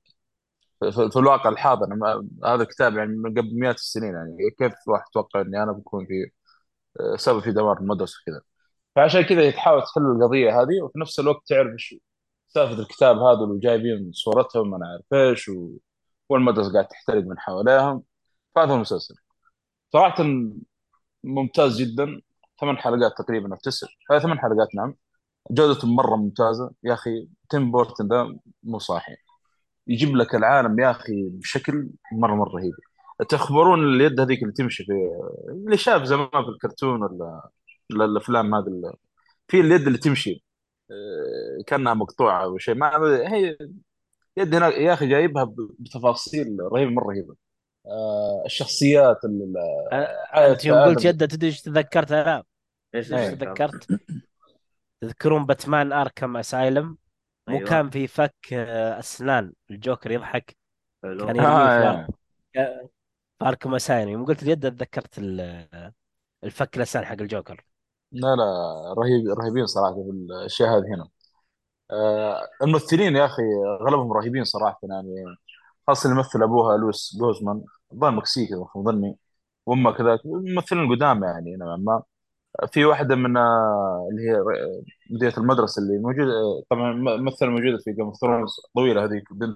في الواقع الحاضر. أنا هذا الكتاب يعني من قبل مئات السنين، يعني كيف واحد يتوقع اني انا بكون في سبب في دمار المدرسه كذا. فعشان كذا تحاول تحل القضيه هذه، وفي نفس الوقت تعرف ايش سالفه الكتاب هذا، اللي جايبين صورتهم ما نعرف ايش والمدرسه قاعد تحترق من حواليهم. فهذا هو المسلسل صراحه ممتاز جدا. 8 حلقات تقريبا او 9، 8 حلقات نعم. جودته مره ممتازه يا اخي. تيم بورتن ده مو صاحي، يجيب لك العالم يا اخي بشكل مره رهيب. تخبرون اليد هذيك اللي تمشي في، اللي شاف زمان في الكرتون ولا الافلام هذه في اليد اللي تمشي كانها مقطوعه او شيء، ما هي يد هنا يا اخي جايبها بتفاصيل رهيبه مره رهيبه. الشخصيات انت يوم عائله قلت ادم. يده تدري ايش تذكرت انا؟ ايش ايش ايه. تذكرت؟ تذكرت؟ تذكرون باتمان اركم اسايلم؟ مو ايوه. كان في فك اسنان الجوكر يضحك، حلو. كان يرميه في الارض؟ ايه. في اركم اسايلم يوم قلت اليد تذكرت الفك الاسنان حق الجوكر. لا رهيبين صراحه في الاشياء هذه هنا. الممثلين يا اخي اغلبهم رهيبين صراحه يعني، خاصه اللي مثل ابوها لويس جوزمان، الظاهر مكسيكي ما خاب ظني، وامه كذلك ممثلين قدام يعني نوعا ما. في واحده من اللي هي مديره المدرسه اللي موجوده، طبعا مثل موجوده في جيم اوف ثرونز، طويله هذيك البنت،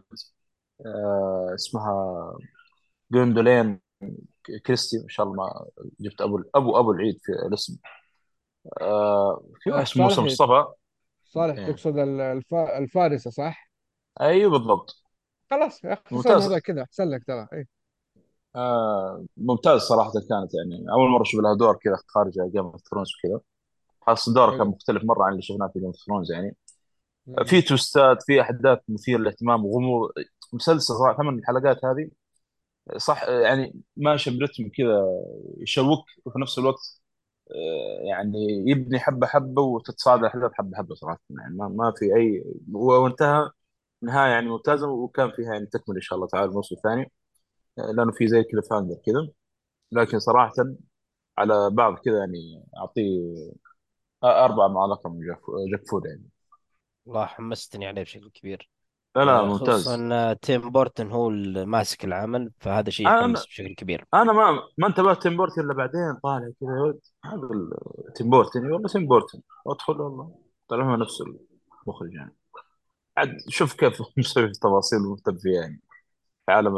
اسمها جوندولين كريستي، ان شاء الله ما جبت ابو العيد في الاسم. في واحد اسمه موسى صالح. مصطفى. صالح إيه. تقصد الفارسة صح؟ ايوه بالضبط. خلاص يا أخي، اختصرنا ممتاز. هذا كذا أحسن لك ترى، إيه. ممتاز صراحة. كانت يعني أول مرة أشوف لها دور كذا خارج جيم اوف ثرونز وكذا. خاصة دورها كان حلو. مختلف مرة عن اللي شفناه في جيم اوف ثرونز يعني. مم. في توستات، في أحداث مثيرة للاهتمام وغموض. مسلسل صراحة 8 حلقات هذه صح يعني ماشي برتم كذا يشوك، وفي نفس الوقت يعني يبني حبه حبه وتتصاعد الاحداث حبه حبه صراحه، يعني ما في اي، وانتهى نهايه يعني ممتازه، وكان فيها يعني تكمل ان شاء الله تعالى الموسم الثاني، لانه في زي كذا فاندر كذا. لكن صراحه على بعض كذا يعني اعطيه اربعه مع رقم جاك فود يعني. والله حمستني عليه بشكل كبير. لا لا خصوصا ممتاز. تيم بورتن هو الماسك العمل، فهذا شيء انا يحمس بشكل كبير. انا ما انتبهت تيم بورتن الا بعدين طالع كذا يا ولد، هذا تيم بورتن والله تيم بورتن، ادخل والله طلع هو نفس المخرج يعني. عاد شوف كيف مسوي في التفاصيل ومهتم فيها يعني، في عالم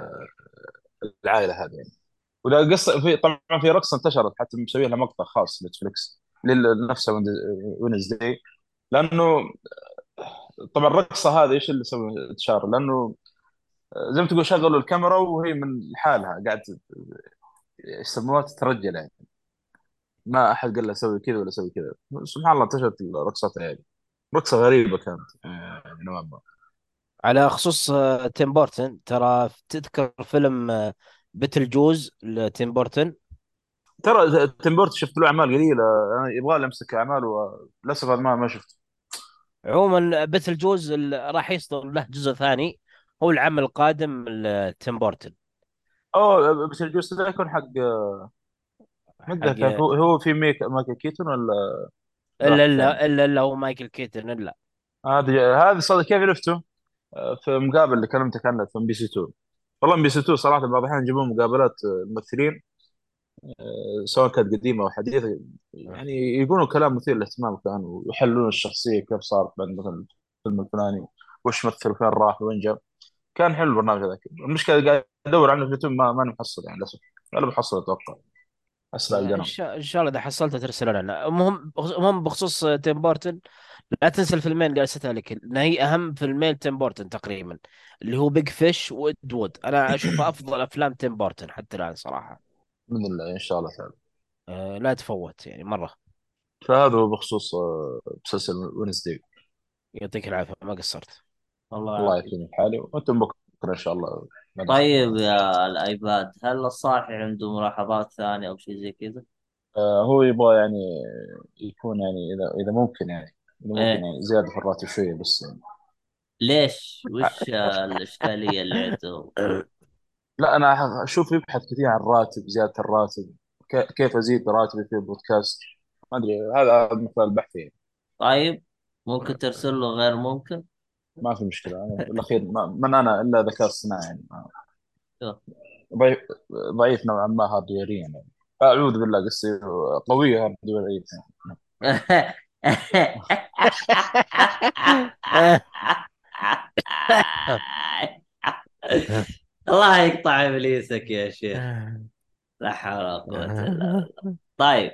العائله هذه يعني. ولا قصه في طبعا، في رقصه انتشرت حتى مسوي لها مقطع خاص نتفلكس لنفسه وينزداي، لانه طبعا الرقصه هذه ايش اللي سوى انتشار، لانه زي ما تقول شغلوا الكاميرا وهي من حالها قاعد يسموها تترجل يعني، ما احد قال له سوي كذا ولا سوي كذا، سبحان الله انتشرت الرقصات هذه. رقصه غريبه كانت يعني نوعا ما. على خصوص تيم بورتن، ترى تذكر فيلم بيتل جوز لتيم بورتن؟ ترى تيم شفت له اعمال قليله، انا يبغى لي امسك اعماله وللاسف أنا ما شفت. عموما بيتل جوز راح يصدر له جزء ثاني، هو العام القادم لتيم بورتن. اوه بس الجوست ده يكون حق، ما حق اتذكر هو في مايكل كيتون ولا لا الا واحد ثاني؟ الا الا الا هو مايكل كيتن الا. هذه صدق كيف عرفته؟ في مقابل اللي كلمتك عنه في ام بي سي 2. والله ام بي سي 2 صراحه بعض الاحيان يجيبون مقابلات ممثلين، سواء كانت قديمه او حديثه، يعني يقولوا كلام مثير للاهتمام، كان ويحللون الشخصيه كيف صارت بعد مثلا الفيلم الفلاني، وش مثل فين راح وين جاء. كان حلو البرنامج هذاك. المشكله قاعد ادور عنه في اليوتيوب ما محصل يعني للاسف، ولا بحصل اتوقع، اسرع ان القرن. شاء ان شاء الله اذا حصلت ترسل لنا. المهم بخصوص تيم بورتن، لا تنسى الفيلمين اللي ارسلتها لك، لان هي اهم فيلمين تيم بورتن تقريبا، اللي هو بيج فيش وإد وود. انا اشوفها افضل افلام تيم بورتن حتى الان صراحه. باذن الله ان شاء الله تعالى. لا تفوت يعني مره. فهذا هو بخصوص مسلسل ونسداي. يعطيك العافيه، ما قصرت. الله الله يعافيك. يعطيني حالي، وانتم بكره ان شاء الله نلتقي طيب مره ثانيه. يا الايباد، هل الصاحي عنده ملاحظات ثانية او شيء زي كذا؟ هو يبغى يعني يكون يعني اذا ممكن يعني، اذا ممكن ايه؟ يعني زياده في الراتب شويه بس يعني. ليش؟ وش الاشكالية اللي عنده؟ لا انا اشوف يبحث كثير عن الراتب، زياده الراتب، كيف ازيد راتبي في البودكاست. ما ادري، هذا مثال البحث يعني. طيب، ممكن ترسل له غير ممكن. ما في مشكله، انا بالاخير من انا الا ذكاء اصطناعي يعني، شوف. ضعيف، ضعيف نوعا ما هاردويريا يعني. اعوذ بالله قصدي، قويه هاردويريا يعني. الله يقطع ابليسك يا شيخ. لا حول ولا قوة الا بالله. طيب.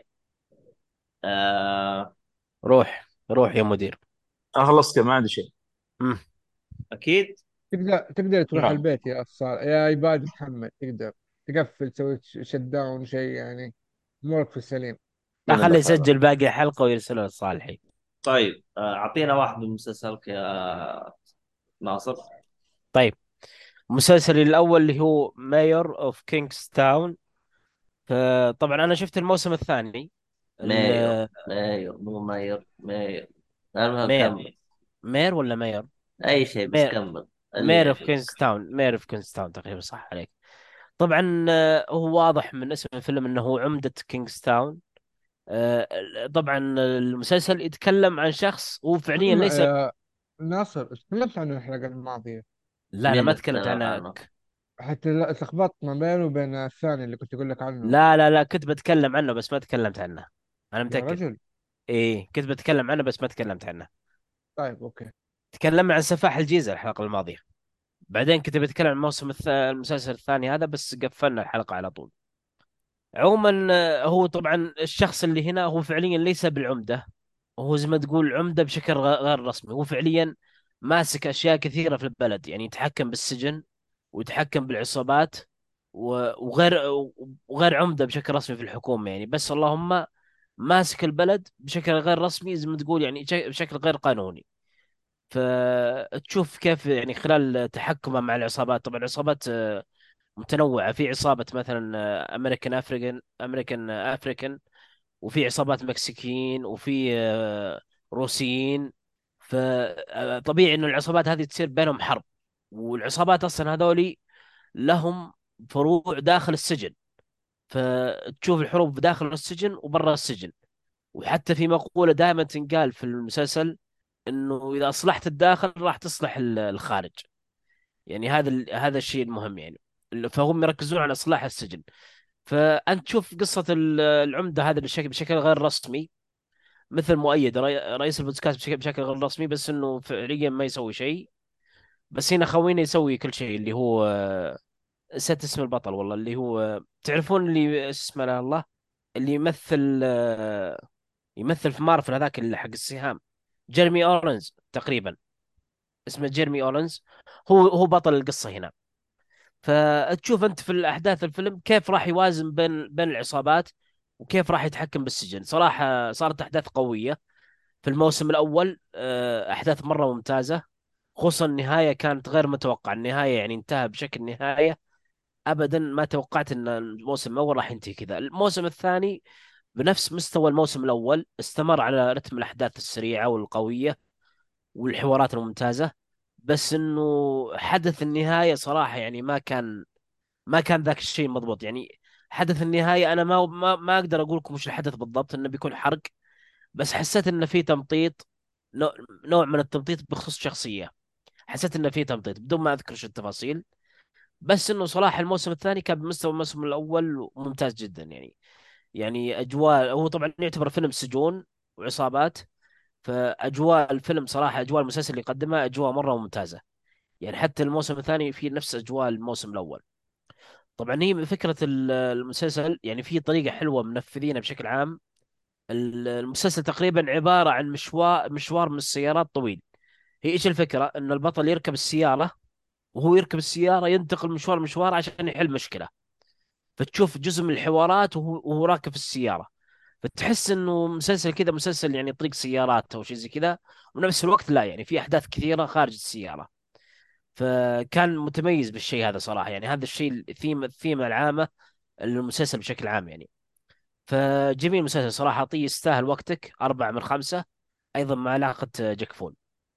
آه. روح روح يا مدير. انا خلصت كذا ما عندي شيء. مم. اكيد. تقدر تروح نعم. البيت يا يا عباد محمد، تقدر تقفل تسوي شت داون شيء يعني، امورك في السليم. لا، باذن الله خليه تعالى. يسجل باقي حلقه ويرسلها لصالحي. طيب، اعطينا واحد من مسلسلك يا ناصر. طيب، مسلسلي الاول اللي هو مايور اوف كينغز تاون. فطبعا انا شفت الموسم الثاني. مايو ال- مايو مو ماير مايو. المهم مير كمل. مير ولا ماير؟ اي شيء بس مير كمل. اللي مير اوف يعجبك. كينغز تاون، مير اوف كينغز تاون تقريبا صح عليك. طبعا هو واضح من اسم الفيلم انه هو عمدة كينغز تاون. طبعا المسلسل يتكلم عن شخص هو فعليا اسمع ليس. يا ناصر، تكلمت عنه الحلقة الماضية، لا، انا مين ما اللي تكلمت تكلم عنها. عنه؟ حتى اتلخبطت ما بينه وبين الثاني اللي كنت أقول لك عنه. لا لا لا، كنت بتكلم عنه بس ما تكلمت عنه. انا يا متأكد. رجل. ايه، كنت بتكلم عنه بس ما تكلمت عنه. طيب أوكي. تكلمنا عن سفاح الجيزة الحلقة الماضية. بعدين كنت بتكلم عن المسلسل الثاني هذا، بس قفلنا الحلقة على طول. عموما هو طبعا الشخص اللي هنا هو فعليا ليس بالعمدة. هو زي ما تقول عمدة بشكل غير رسمي. هو فعليا ماسك أشياء كثيرة في البلد، يعني يتحكم بالسجن ويتحكم بالعصابات وغير وغير عمدة بشكل رسمي في الحكومة يعني، بس اللهم ماسك البلد بشكل غير رسمي زي ما تقول، يعني بشكل غير قانوني. فتشوف كيف يعني خلال تحكمه مع العصابات. طبعا العصابات متنوعة. في عصابة مثلا أمريكان أفريكان، وفي عصابات مكسيكيين، وفي روسيين. فطبيعي إنه العصابات هذه تصير بينهم حرب. والعصابات أصلا هذولي لهم فروع داخل السجن، فتشوف الحروب داخل السجن وبرا السجن. وحتى في مقولة دائما تنقال في المسلسل، انه اذا اصلحت الداخل راح تصلح الخارج. يعني هذا الشيء المهم يعني. فهم يركزون على اصلاح السجن. فانت تشوف قصة العمدة هذا بشكل غير رسمي، مثل مؤيد رئيس البودكاست بشكل غير رسمي، بس انه فعليا ما يسوي شيء. بس هنا خوينا يسوي كل شيء، اللي هو نسيت اسم البطل والله، اللي هو تعرفون اللي اسمه لا الله، اللي يمثل في مارفل هذاك اللي حق السهام، جيرمي اورنز تقريبا، اسمه جيرمي اورنز. هو بطل القصة هنا. فتشوف انت في الاحداث الفيلم كيف راح يوازن بين العصابات، وكيف راح يتحكم بالسجن. صراحة صارت احداث قوية في الموسم الاول، احداث مرة ممتازة. خصوصا النهاية كانت غير متوقعة. النهاية يعني انتهى بشكل نهاية ابدا ما توقعت ان الموسم الاول راح ينتهي كذا. الموسم الثاني بنفس مستوى الموسم الاول، استمر على رتم الاحداث السريعة والقوية والحوارات الممتازة. بس انه حدث النهاية صراحة يعني ما كان ذاك الشيء مضبوط يعني. حدث النهاية انا ما اقدر اقول لكم وش الحدث بالضبط، انه بيكون حرق. بس حسيت انه في تمطيط، نوع, نوع من التمطيط بخصوص شخصية. حسيت انه في تمطيط بدون ما اذكر شو التفاصيل. بس انه صراحة الموسم الثاني كان بمستوى الموسم الاول ممتاز جدا يعني. يعني اجواء، هو طبعا يعتبر فيلم سجون وعصابات. فاجواء الفيلم صراحة، اجواء المسلسل اللي يقدمها اجواء مرة ممتازة. يعني حتى الموسم الثاني في نفس اجواء الموسم الاول. طبعا هي فكره المسلسل يعني في طريقه حلوه منفذينها بشكل عام. المسلسل تقريبا عباره عن مشوار من السيارات طويل. هي ايش الفكره؟ ان البطل يركب السياره، وهو يركب السياره ينتقل مشوار عشان يحل مشكله. فتشوف جزء من الحوارات وهو راكب في السياره. فتحس انه مسلسل كذا، مسلسل يعني طريق سيارات او شيء زي كذا. ونفس الوقت لا، يعني في احداث كثيره خارج السياره. فكان متميز بالشيء هذا صراحة. يعني هذا الشيء الثيمة العامة للمسلسل بشكل عام يعني. فجميل مسلسل صراحة، أعطيه يستاهل وقتك، 4 من 5. أيضا مع علاقة جاك فول.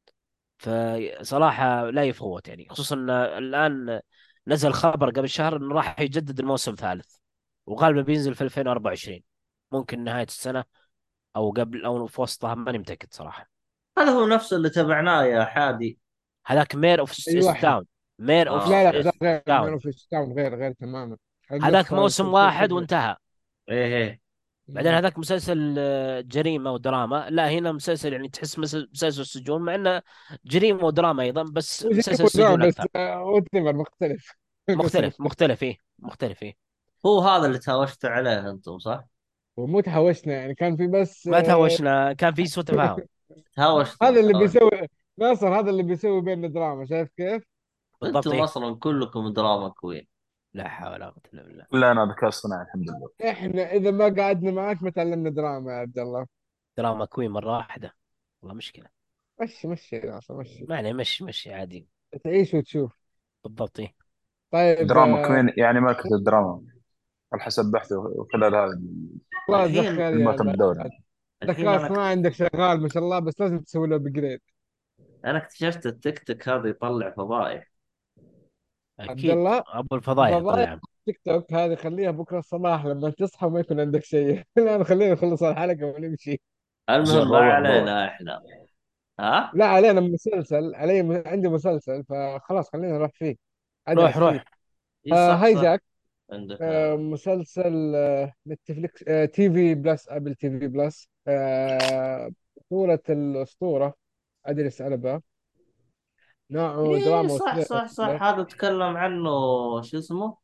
فصراحة لا يفوت يعني. خصوصا إن الآن نزل خبر قبل شهر إنه راح يجدد الموسم ثالث، وغالبا بينزل في 2024. ممكن نهاية السنة أو قبل أو في وسطها، ماني متأكد صراحة. هذا هو نفس اللي تابعناه يا حادي. هذاك مير أوف اي واحد. ستاون. مير أوف اه لا لا، اوكي. ذا غير مان ستاون. اوف تاون، غير تماما. هذاك القصة موسم والتمثيل واحد كله. وانتهى. ايه ايه. بعدين مم. هذاك مسلسل جريمة ودراما. لا، هنا مسلسل يعني تحس مسلسل سجون، مع انه جريمة ودراما ايضا، بس وزي مسلسل ودراما سجون بس اكثر. وتمر مختلف. القصة مختلفة. مختلف ايه. هو هذا اللي تهاوشت عليه انتم صح؟ ومو تهاوشنا يعني، كان في بس ما تهاوشنا، كان في سوء تفاهم. تهاوشتم هذا اللي تهاوشتم. بيسوي ناصر، هذا اللي بيسوي بيننا دراما، شايف كيف؟ بالضبط انتم ايه. اصلا كلكم دراما كوين. لا حول ولا قوة الا بالله. لا انا ذكاء اصطناعي الحمد لله. احنا اذا ما قعدنا معك ما تعلمنا دراما يا عبد الله. دراما كوين مرة واحدة، والله مشكلة. مشي مشي يا ناصر مشي. ما عليه، مشي عادي. تعيش وتشوف. بالضبط ايه. طيب دراما كوين يعني ملكة الدراما، على حسب بحثي خلال هذا خلاص الحين زخر يا الموسم بعد. الدوري. الحين ذكاء انا اصطناعي عندك شغال ما شاء الله، بس لازم تسوي له ابجريد. انا اكتشفت التيك توك هذا يطلع فضائح. عبد اكيد الله، ابو الفضايح فضايح طلع. تيك توك هذه خليها بكره الصباح لما تصحى وما يكون عندك شيء. الان خلينا نخلص الحلقه ونمشي. زين، المهم ما روح روح. علينا احنا. ها. لا علينا مسلسل، عندي مسلسل فخلاص خلينا نروح فيه، روح ادعس روح. فيه. اي صح صح. هايجاك. عندك مسلسل نتفليكس، تي في بلس، ابل تي في بلس. بطولة الأسطورة أدريس ألبا. نوعه اي دراما صح وثريلر صح كذا. صح، هذا تكلم عنه. شو اسمه؟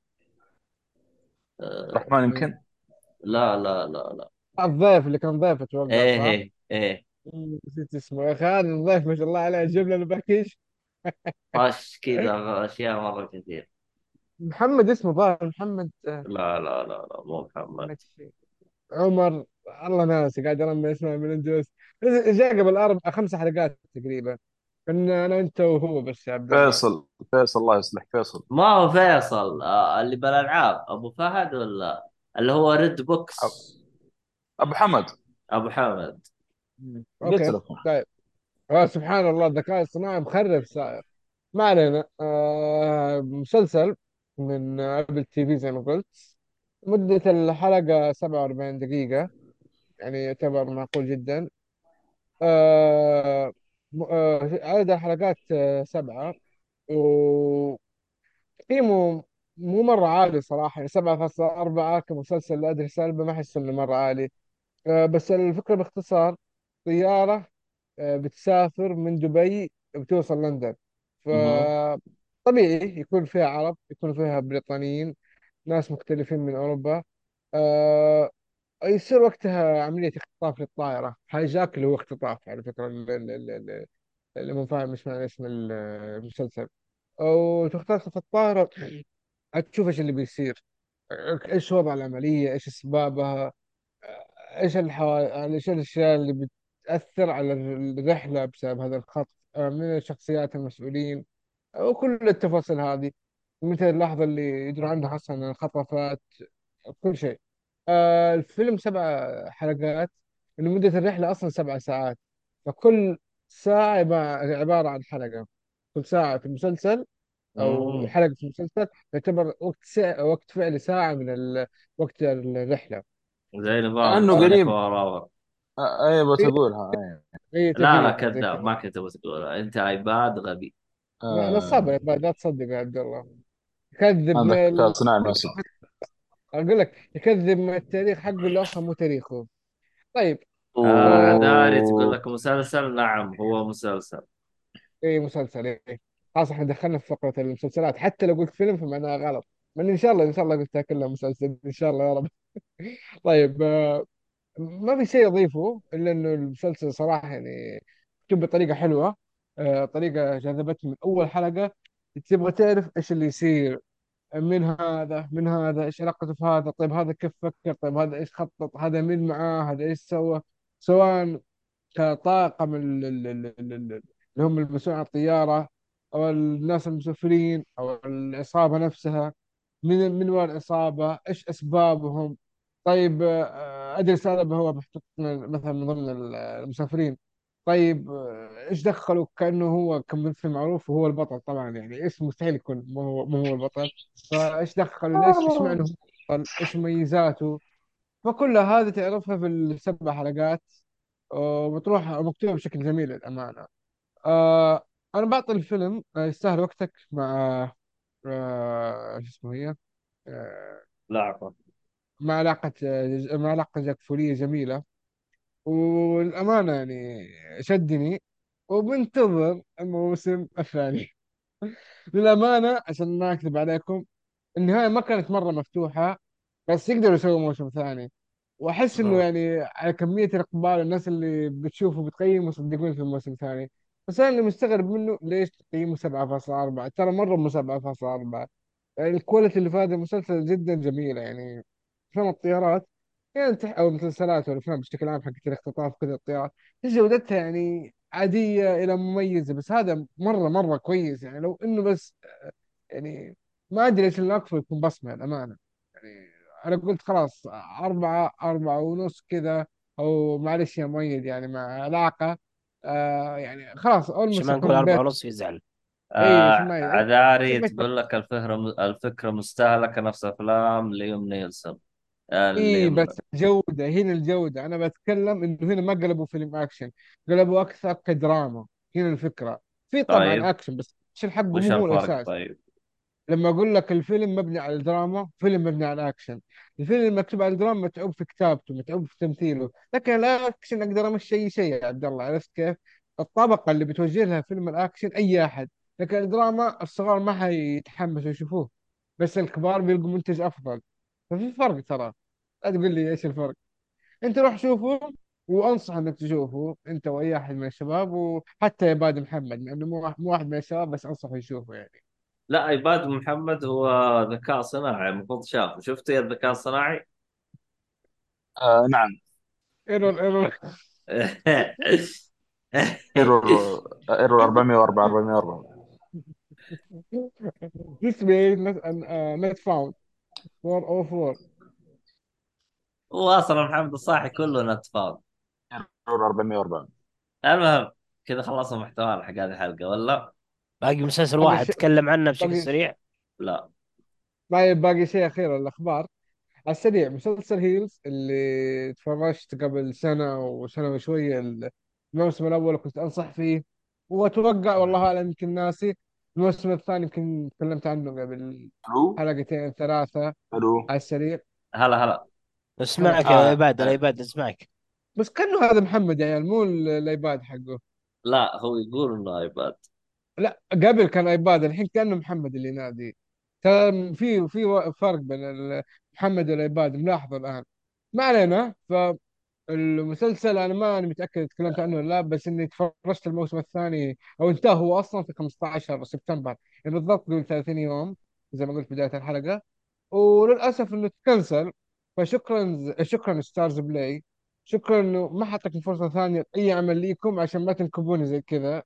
الرحمن مين؟ يمكن. لا لا لا لا. الضيف اللي كان ضيف أتوقع ايه صح؟ ايه ايه. نسيت اسمه يا أخي، هذا الضيف ما شاء الله عليه جاب لنا باكيج. طش كذا اشياء مره كثير. محمد اسمه ظاهر، محمد لا لا لا لا مو محمد. محمد شيء. عمر. الله ناسي، قاعد ارمي اسمه من الجوز. جاء قبل 5 حلقات تقريبا. كنا انا انت وهو بس يا عبد الله. فيصل، فيصل الله يصلح فيصل. ما هو فيصل اللي بالالعاب ابو فهد، ولا اللي هو ريد أ- بوكس؟ ابو حمد. ابو حمد. قلت اوكي. لكم. طيب. سبحان الله، الذكاء الصناعي مخرب سائر. ما علينا. مسلسل من ابل تي في زي ما قلت. مدة الحلقة 47 دقيقة، يعني يعتبر معقول جدا. عدد الحلقات 7. وتقييمه مو مرة عالي صراحة، يعني 7.4 كمسلسل لا أدري سالبه، ما أحس إنه مرة عالي. بس الفكرة باختصار، طيارة بتسافر من دبي بتوصل لندن. اها. فطبيعي يكون فيها عرب، يكون فيها بريطانيين، ناس مختلفين من أوروبا. آه، يصير وقتها عملية اختطاف للطائرة، هايجاك اللي هو اختطاف على فكرة، اللي مو فاهم ايش معنى اسم المسلسل. وتختطف في الطائرة، تشوف ايش اللي بيصير، ايش وضع العملية، ايش اسبابها، ايش الاشياء اللي بتأثر على الرحلة بسبب هذا الخط، من الشخصيات المسؤولين، وكل التفاصيل هذه، مثل اللحظة اللي يدروا عنها حسن الخطفات، كل شيء. الفيلم 7 حلقات، إنه مدة الرحلة أصلا 7 ساعات. فكل ساعة عبارة عن حلقة. كل ساعة في المسلسل أو مم. حلقة في المسلسل تعتبر وقت فعلي ساعة من وقت الرحلة. زي نظام انه 24 قريب. اور. ايوه هي بتقولها أيوة. هي لا لا، تقريبا زي كذاب، كذا. ما كنت بتقول انت ايباد غبي. نصاب آه. يا عباد، لا تصدق يا عبد الله. يكذب هذا ذكاء صناعي نصب. أقول لك يكذب من التاريخ حقه اللي أصلا مو تاريخه. طيب. عذاري تقول و... لك مسلسل، نعم هو مسلسل. ايه مسلسل، ايه. خلاص احنا دخلنا في فقرة المسلسلات، حتى لو قلت فيلم فمعناها غلط. من ان شاء الله ان شاء الله قلتها كلها مسلسل ان شاء الله يا رب. طيب. ما في شيء اضيفه الا انه المسلسل صراحة يعني مكتوب بطريقة حلوة. طريقة جذبتني من اول حلقة. تبغى تعرف ايش اللي يصير، من هذا من هذا، ايش علاقته في هذا، طيب هذا كيف فكر، طيب هذا ايش خطط، هذا مين معاه، هذا ايش سوى. سواء كطاقم اللي هم المسؤولين عن الطيارة، أو الناس المسافرين، أو العصابة نفسها. من وين العصابة، إيش أسبابهم. طيب. أدري سالم هو محطوط مثلا من ضمن المسافرين. طيب. إيش دخلوا كأنه هو كممثل معروف وهو البطل، طبعا يعني اسمه مستحيل يكون مو هو البطل. فإيش دخلوا، ليش، إيش معنى هو البطل، إيش مميزاته. فكل هذا تعرفها في ال7 حلقات. وبتروح مكتوبة بشكل جميل للأمانة. أنا بعطي الفيلم يستاهل وقتك مع شو اسمه هي، آه لا عفوا. مع علاقة جاكفورية جميلة. والأمانة يعني شدني. وبنتظر الموسم الثاني. للأمانة عشان ما أكذب عليكم، النهاية ما كانت مرة مفتوحة، بس يقدروا يسووا موسم ثاني. واحس انه مم. يعني على كميه الاقبال، الناس اللي بتشوفه بتقيمه صدقوني في الموسم الثاني. بس انا اللي مستغرب منه ليش تقييمه 7.4، ترى مره مو 7.4. يعني الكواليتي اللي في هذا المسلسل جدا جميله يعني. افلام الطيارات يعني او المسلسلات والافلام بشكل عام حقت الاختطاف كذا الطيارات، جودتها يعني عاديه الى مميزه، بس هذا مره مره كويس يعني. لو انه بس يعني ما ادري ايش اللي اقصد يكون بصمه الامانه يعني. انا قلت خلاص 4 4 ونص كذا، او معلش يا مؤيد يعني مع علاقه. يعني خلاص عشان اولموست ما نقول اكون أربعة بيت. ونص يزعل. اي عشان عذاري عشان ما تقول لك الفكرة مستهلكة نفس أفلام ليوم نيلسون. اي اللي بس الجوده هنا، الجوده انا بتكلم انه هنا ما قلبوا فيلم اكشن، قلبوا اكثر كدراما. هنا الفكره، في طبعا طيب، اكشن بس الأكشن حقه وش مو هو الفرق الاساس. طيب؟ لما اقول لك الفيلم مبني على الدراما، فيلم مبني على الاكشن. الفيلم المكتوب على الدراما متعوب في كتابته، متعوب في تمثيله، لكن الاكشن اقدر امشي اي شيء يا عبد الله، عرفت كيف. الطبقه اللي بتوجه لها فيلم الاكشن اي احد، لكن الدراما الصغار ما حيتحمسوا يشوفوه، بس الكبار بيلقوا منتج افضل. ففي فرق ترى. لا تقول لي ايش الفرق. انت روح شوفه، وانصح انك تشوفه انت واي احد من الشباب، وحتى يا بادي محمد لانه مو واحد من الشباب، بس انصح يشوفه يعني. لا، عباد محمد هو ذكاء صناعي، المفروض شفت يا الذكاء الصناعي. نعم. ايرور ايرور. ايرور 404 404. This way not found 404. هو اصلا محمد الصاحي كله نتفاض. ايرور 404. المهم، كذا خلصنا محتوانا حق هذه الحلقه ولا؟ باقي مسلسل باقي واحد شيء تكلم عنه بشكل باقي سريع. لا. باقي شيء أخير، الأخبار على السريع. مسلسل هيلز اللي تفرجت قبل سنة وسنة وشوية، الموسم الأول كنت أنصح فيه، وأتوقع والله أعلم يمكن ناسي. الموسم الثاني يمكن تكلمت عنه قبل الو. حلقتين ثلاثة الو. على السريع. هلا هلا. هلا. اسمعك يا اه عباد، العباد اسمعك. بس كأنه هذا محمد يا عيال، مو الأيباد حقه. لا، هو يقول انه ايباد. لا قبل كان ايباد، الحين كأنه محمد اللي ينادي. ترى في فرق بين محمد والايباد، ملاحظه الان. ما علينا. فالمسلسل انا ما انا متاكد تكلمت عنه ولا لا، بس اني تفرجت الموسم الثاني، او انتهى هو اصلا في 15 سبتمبر، يعني بالضبط قبل 30 يوم زي ما قلت بدايه الحلقه. وللاسف انه تكنسل. شكرا ستارز بلاي، شكرا انه ما حطيتني فرصه ثانيه لاي عمل ليكم عشان ما تنكبوني زي كذا.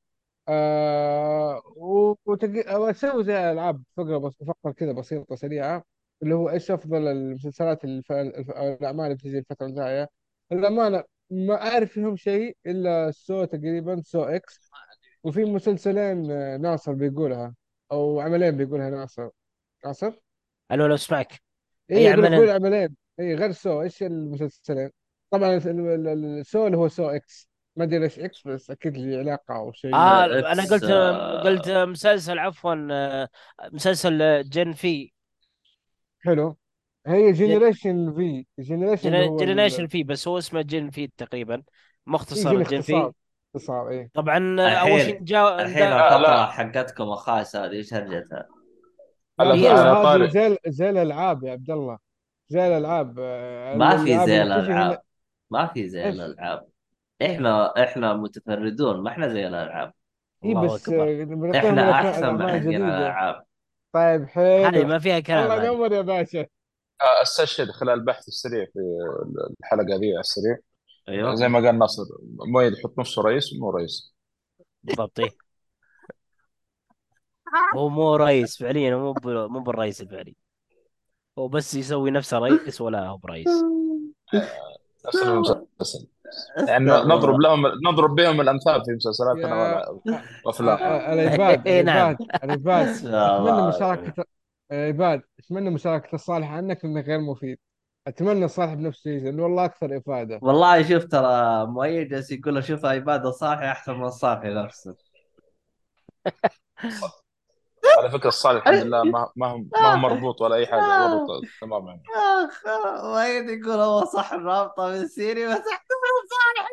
واسوي زي العاب فقره بس فقره كذا بسيطه سريعه، اللي هو ايش افضل المسلسلات أو الاعمال اللي بتجي الفتره الجايه. للامانه ما اعرف فيهم شيء الا سو، تقريبا سو اكس. وفي مسلسلين ناصر بيقولها، او عملين بيقولها ناصر. ناصر. الو، لو اسمعك. اي اي يقول لك قول عمل؟ عملين. اي غير سو، ايش المسلسلين؟ طبعا السو اللي هو سو اكس، ما ادري ليش اكس، بس اكيد لي علاقه او شيء. انا اكس. قلت مسلسل، عفوا، مسلسل جن في. حلو. هي جنريشن في، جنريشن اللي هو جنريشن في، بس هو اسمه جن في تقريبا، يجي مختصر جن في. اختصار. اختصار ايه. طبعا اول شيء الحين الحين الفترة لا حقتكم الخايسة هذه ايش هرجتها؟ ما على هي هي على هذه طاري. زي الالعاب يا عبد الله، زي الالعاب. ما في الالعاب زي اللي بتجي هنا. الالعاب. ما في زي ايش؟ الالعاب. ايش؟ احنا متفردون، ما احنا زي الالعاب. اي الله بس اكبر. بنعطيهم احنا احسن من الاعمال حقين الجديده. الالعاب. طيب هذه حلو. ما فيها كلام الله هذه. ينور يا باشا. استشهد خلال البحث السريع في الحلقه ذي على السريع. زي ايوه. ما قال ناصر، مؤيد يحط نفسه رئيس مو رئيس. بالضبط إيه. هو مو رئيس فعليا، هو مو بالرئيس الفعلي. هو بس يسوي نفسه رئيس ولا هو برئيس. نفس المسلسل. يعني استغفر نضرب الله. لهم، نضرب بهم الامثال في مسلسلاتنا يا وافلام. العباد اي نعم. العباد العباد. اتمنى الله. مشاركة العباد، اتمنى مشاركة الصالح عنك لانه غير مفيد. اتمنى الصالح بنفسه يجي لانه والله اكثر افادة. والله شوف، ترى مؤيد جالس يقول له شوف عباد الصالح احسن من الصالح نفسه. على فكره الصالح الحمد لله ما هو مربوط ولا اي حاجه، ورط تمام يعني. اخ. مؤيد يقول هو صح الرابطه من سيري بس احسن من الصالح.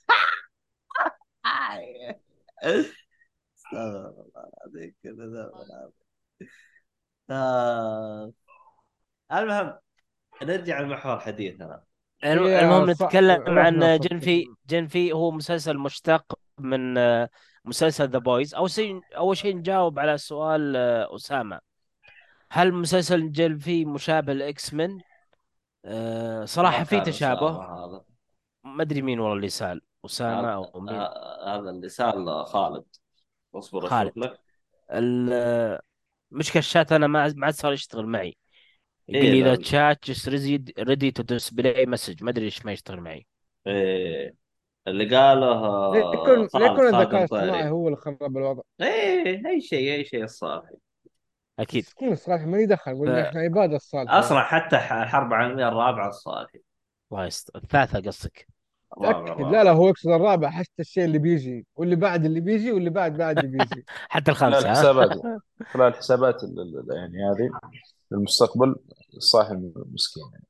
استغفر الله العظيم، كذا ذنب العظيم. آه. المهم، نرجع لمحور حديثنا. هي المهم نتكلم روح عن ناصر. جن في هو مسلسل مشتق من مسلسل ذا بويز. اول شيء نجاوب على سؤال اسامه، هل مسلسل جن في مشابه لاكس من؟ ما صراحه في كان تشابه. اسامه هذا. ما ادري مين والله اللي سال، اسامه هذا او مين. هذا اللي سال خالد. اصبر خالد. اشوف لك. مشكلة الشات انا ما عاد صار يشتغل معي. يقول ايه لي اذا لا. تشات جست ريدي تو ديسبلاي مسج، ما ادري ليش ما يشتغل معي. إيه اللي قاله خالد ليكون الذكاء خاقم الاصطناعي طاري. هو اللي خرب الوضع. ايه اي شيء الصالح. اكيد. مسكين الصالح ما يدخل، ولا احنا عباد الصالحين. اصلا حتى الحرب العالميه الرابعه الصالح. الثالثة قصدك. الرابعه تأكد. لا الرابعه. هو يقصد الرابع، حتى الشيء اللي بيجي واللي بعد اللي بيجي واللي بعد اللي بيجي. حتى خلال الخامسة ها. الحسابات، خلال الحسابات يعني هذه للمستقبل. الصاحب مسكين يعني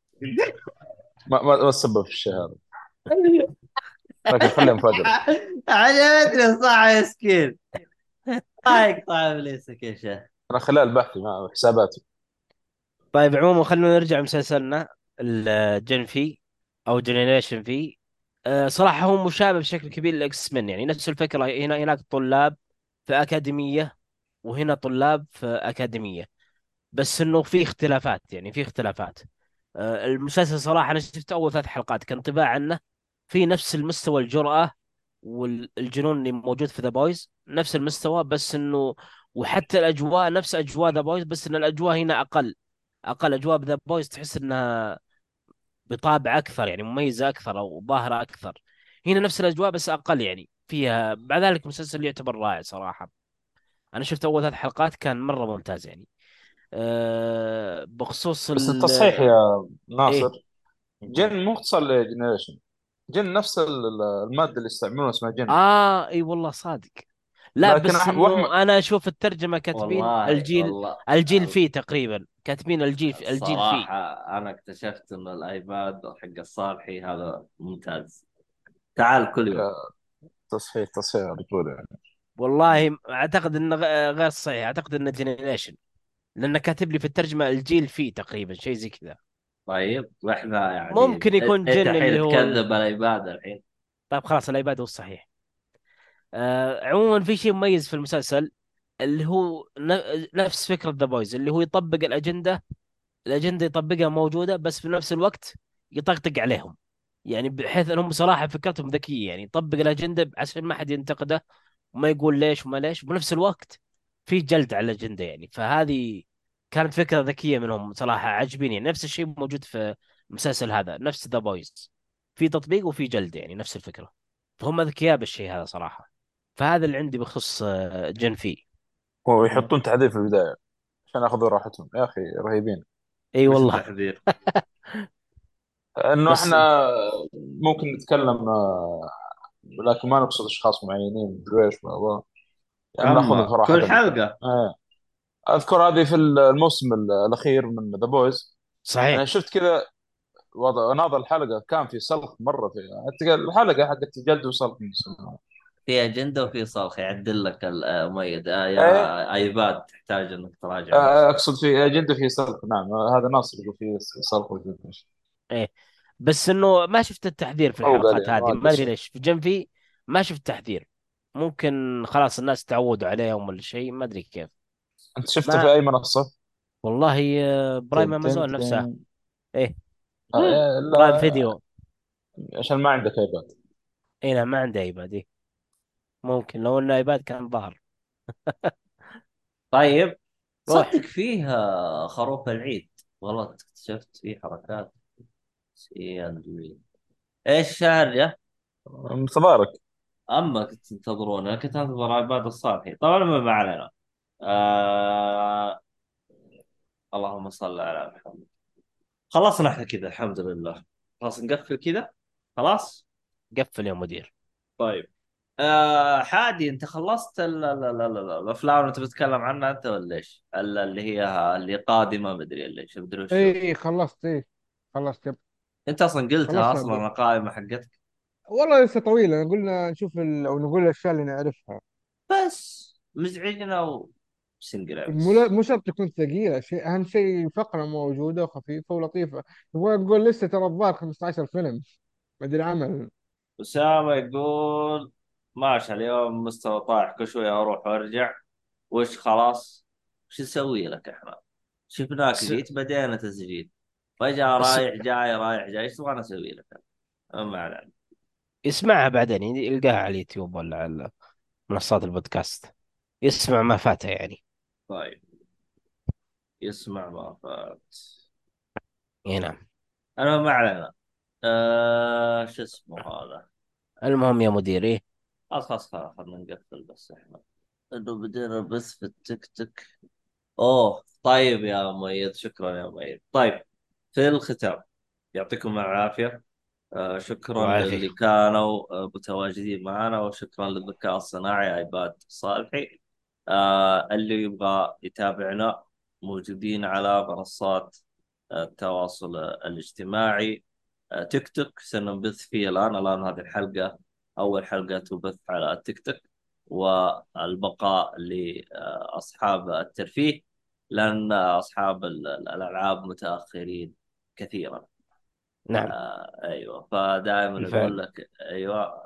ما تسبب في الشيء هذا، لكن خليه مفاجأة. عجبتني الصح يا سكين. الله يقطع ابليسك يا شيخ. انا خلال بحثي مع حساباتي. طيب عموما خلونا نرجع لمسلسلنا الجن في او جنريشن في. صراحة هو مشابه بشكل كبير للاكس من، يعني نفس الفكرة. هناك طلاب في أكاديمية، وهنا طلاب في أكاديمية، بس انه في اختلافات، يعني في اختلافات. المسلسل صراحة انا شفت اول 3 حلقات كان انطباع عنه في نفس المستوى الجرأة والجنون اللي موجود في ذا بويز نفس المستوى، بس انه وحتى الاجواء نفس اجواء ذا بويز، بس ان الاجواء هنا اقل اجواء بذا بويز تحس انها بطابع اكثر، يعني مميزه اكثر او ظاهره اكثر. هنا نفس الاجواء بس اقل، يعني فيها مع ذلك مسلسل يعتبر رائع صراحه. انا شفت اول 3 حلقات كان مره ممتاز يعني. بخصوص بس التصحيح يا ايه. ناصر، مم. جن مو اختصار لجنريشن. جن نفس المادة اللي يستعملونها اسمها جن. اي والله صادق. لا لكن بس واحمد. انه انا اشوف الترجمه كاتبين والله الجيل، والله الجيل فيه تقريبا كاتبين الجيل فيه. الصراحة أنا اكتشفت إن الآيباد حق الصالحي هذا ممتاز. تعال كل يوم. تصحيح رجولة يعني. والله اعتقد انه غير صحيح، اعتقد انه جنريشن، لانه كاتب لي في الترجمه الجيل فيه تقريبا شيء زي كذا. طيب وإحنا يعني ممكن يكون أنت جن الحين اللي هو تكذب الآيباد الحين. طيب خلاص الايباد هو الصحيح. عموما في شيء مميز في المسلسل، اللي هو نفس فكره ذا بويز، اللي هو يطبق الاجنده يطبقها موجوده، بس في نفس الوقت يطقطق عليهم، يعني بحيث انهم بصراحه فكرتهم ذكيه، يعني يطبق الاجنده عشان ما حد ينتقده وما يقول ليش وما ليش، وبنفس الوقت في جلد على الاجنده يعني. فهذه كانت فكره ذكيه منهم صراحه، عجبيني يعني. نفس الشيء موجود في المسلسل هذا، نفس ذا بويز، في تطبيق وفي جلد، يعني نفس الفكره. فهم ذكياء بالشيء هذا صراحه. فهذا اللي عندي بخصوص جن في. ويحطون تحذير في البداية عشان ياخذوا راحتهم، يا أخي رهيبين. اي وش والله. التحذير؟ إنه بس إحنا ممكن نتكلم، لكن ما نقصد أشخاص معينين مدري إيش يعني ناخذ في أما كل راحتنا شوي. حلقة. أذكر هذه في الموسم الأخير من ذا بويز. أنا صحيح. شفت كذا ناظر الحلقة كان في سلخ مرة، في حتى الحلقة حقت جلد وسلخ من السماء. في أجندة وفي صلخ يعدل لك المؤيد إيه. يا ايباد تحتاج انك تراجع نفسك. أقصد في أجندة في سلخ، نعم هذا ناصر يقول في سلخ وفي إيش. ايه. بس انه ما شفت التحذير في هو قال الحلقات يعني هذه، ما ما أدري ادري شيء. ليش في جنفي ما شفت تحذير. ممكن خلاص الناس تعودوا عليهم ولا شيء، ما ادري كيف. أنت شفته ما في أي منصة؟ والله تن برايم تن امازون نفسها. تن. ايه. برايم لا، فيديو. عشان ما عندك ايباد. ايه لا ما عندي ايباد إيه. ممكن لو انه ايباد كان ظهر. طيب روح. صدق فيه خروف العيد. والله اكتشفت فيه حركات. سي اند وي. ايش الشهر؟ تبارك. اما كنت تنتظرون، انا كنت انتظر عباد الصالحين. طبعا ما علينا. اللهم صل على محمد. خلصنا احنا كذا الحمد لله. خلاص نقفل كذا. خلاص. قفل يا مدير. طيب. حادي انت خلصت الافلام اللي انت بتتكلم عنها انت ولا ايش؟ اللي هي اللي قادمه مدري اللي ايش مدري وشو. اي خلصت، اي خلصت يب. انت اصلا قلتها خلصنا اصلا القائمه حقتك. والله لسه طويلة، قلنا نشوف او نقول الاشياء اللي نعرفها. بس مزعجنا وسنجلة بس. مو شرط تكون ثقيلة، اهم شيء فقرة موجودة وخفيفة ولطيفة. نبغى نقول لسه ترى الظاهر 15 فيلم مدري عمل. أسامة يقول ماشي اليوم مستوى طايح كل شوية أروح وأرجع. وش خلاص. وش نسوي لك إحنا؟ شفناك بس جيت بدينا تسجيل. فجأة بس رايح جاي رايح جاي ايش تبغى اسوي لك أنا؟ ما علينا. يسمعها بعدين، يعني يلقاها على اليوتيوب ولا على منصات البودكاست، يسمع ما فاته يعني. طيب. يسمع ما فات. اي نعم. انا ما علينا. شو اسمه هذا. المهم يا مدير ايه. خلاص خلاص خلاص خلنا نقفل بس احنا. انه بدينا بث في التيك توك. اوه طيب يا مؤيد شكرا يا مؤيد. طيب. في الختام. يعطيكم العافية. شكرا الله للي يعافيك. كانوا متواجدين معنا، وشكرا للذكاء الصناعي عباد صالحي. اللي يبغى يتابعنا موجودين على منصات التواصل الاجتماعي. تيك توك سننبث فيه الآن هذه الحلقة أول حلقة تبث على التيك توك. والبقاء لأصحاب الترفيه، لأن أصحاب الألعاب متأخرين كثيرا. نعم ايوه فدائما بالفعل. نقول لك ايوه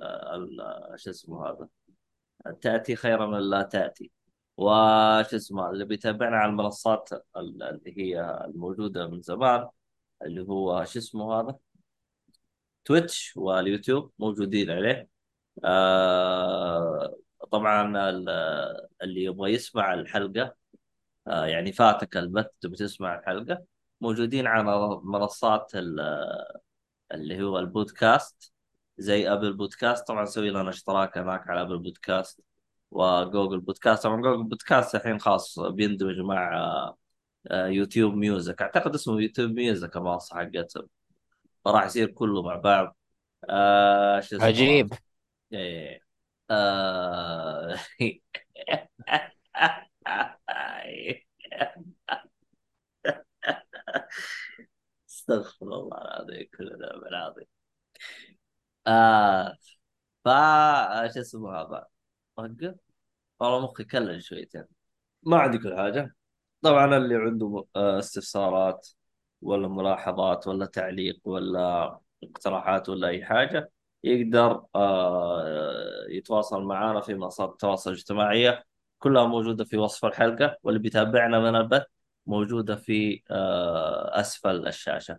شو اسمه هذا. تاتي خيرا من لا تاتي. وش اسمه اللي بيتابعنا على المنصات اللي هي الموجوده من زمان، اللي هو شو اسمه هذا تويتش واليوتيوب موجودين عليه. آه طبعا اللي يبغى يسمع الحلقة، يعني فاتك البث تبي تسمع الحلقة، موجودين على منصات اللي هو البودكاست، زي ابل بودكاست. طبعا سوي لنا اشتراك هناك على ابل بودكاست وجوجل بودكاست. طبعا جوجل بودكاست الحين خاص بيندمج مع يوتيوب ميوزك، اعتقد اسمه يوتيوب ميوزك المنصة حقتهم، فراح يصير كله مع بعض. شو اسمه هذا؟ عجيب. إيه. آه... استغفر الله العظيم، كل ذنب العظيم. آه شو اسمه هذا؟ وقف. والله مخي كلل شويتين. ما عندي كل حاجة. طبعا اللي عنده استفسارات ولا ملاحظات ولا تعليق ولا اقتراحات ولا أي حاجة، يقدر يتواصل معنا في منصات التواصل الاجتماعية، كلها موجودة في وصف الحلقة، واللي بيتابعنا من البث موجودة في أسفل الشاشة.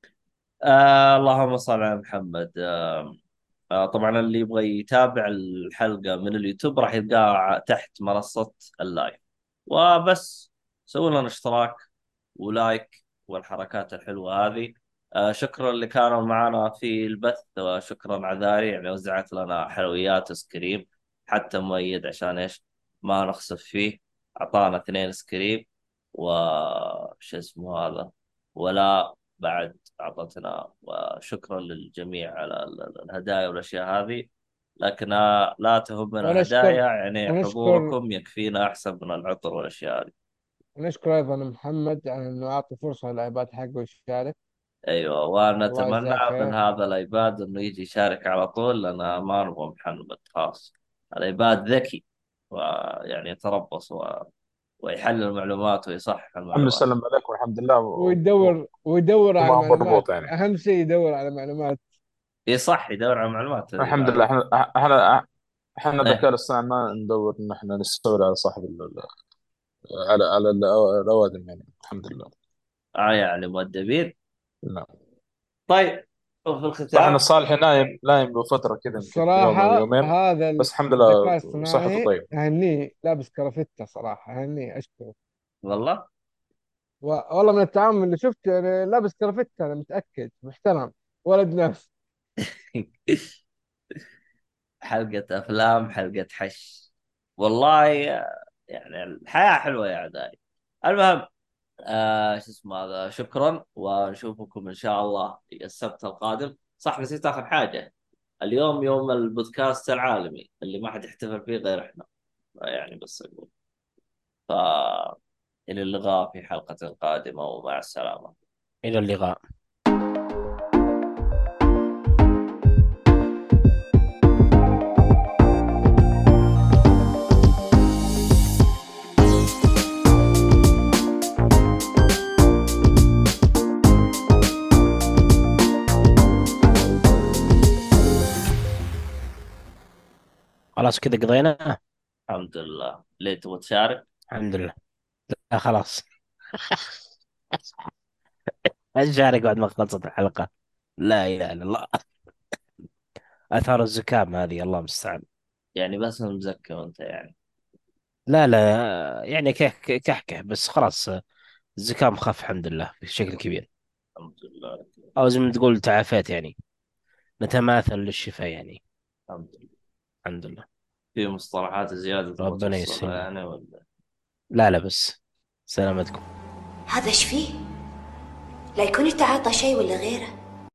اللهم صل على محمد. طبعا اللي يبغى يتابع الحلقة من اليوتيوب راح يلقاها تحت منصة اللايف. وبس، سووا لنا اشتراك ولايك والحركات الحلوة هذه. شكرا اللي كانوا معنا في البث، وشكرا عذاري يعني وزعت لنا حلويات وسكريم، حتى مؤيد عشان ايش ما نخسف فيه، اعطانا 2 سكريم. وش اسمه هذا، ولا بعد اعطتنا. وشكرا للجميع على الهدايا والاشياء هذه، لكنها لا تهمنا ونشكر هدايا، يعني ونشكر حضوركم يكفينا احسن من العطر والاشياء هذه. ونشكر أيضا محمد على إنه أعطي فرصة للعباد حقه يشارك. ايوه، الله ونتمنى يجزاه من خير. هذا الايباد انه يجي يشارك على طول، لان ما نبغى محمد خاص. الايباد ذكي، ويعني يتربص ويحلل المعلومات ويصحح عم المعلومات. سلم عليكم والحمد لله ويدور على وما معلومات، مربوط يعني. أهم شيء يدور على معلومات. يصح يدور على المعلومات هذه الحمد بعد. لله، احنا ايه. الذكاء الاصطناعي ما ندور ان احنا نستولي على صاحب على الاوادم يعني، الحمد لله. يعني مؤدبين. نعم. طيب، وفي صح ان الختام. صالح نايم له فتره كذا، يمكن يوم او الصراحة يومين، هذا بس الحمد الذكاء لله صحته الاصطناعي طيب. أهنيه لابس كرافتة صراحة، أهنيه أشكره. والله. والله من التعامل اللي شفته يعني لابس كرافتة، أنا متأكد محترم، ولد ناس. حلقة افلام، حلقة حش، والله يعني الحياة حلوة يا عداي. المهم، شو اسمه هذا، شكرا، ونشوفكم ان شاء الله السبت القادم. صح، نسيت اخر حاجه، اليوم يوم البودكاست العالمي اللي ما حد يحتفل فيه غير احنا، يعني بس اقول. ف الى اللقاء في حلقه قادمه، ومع السلامه. الى اللقاء. خلاص كذا قضينا. الحمد لله. ليه تبغى تشارك؟ الحمد لله. لا خلاص. اشارك بعد ما خلصت الحلقة. لا اله الا الله. اثار الزكام هذه الله المستعان. يعني بس مزكى انت يعني. لا لا، يعني كحكه بس خلاص. الزكام خف الحمد لله بشكل كبير. الحمد لله. او زي ما تقول تعافيت يعني. نتماثل للشفاء يعني. الحمد لله. الحمد لله. في مصطلحات زياده تبغى ربنا توصلها يسلمك. يعني ولا؟ لا لا بس سلامتكم. هذا ايش فيه؟ لا يكون يتعاطى شيء ولا غيره.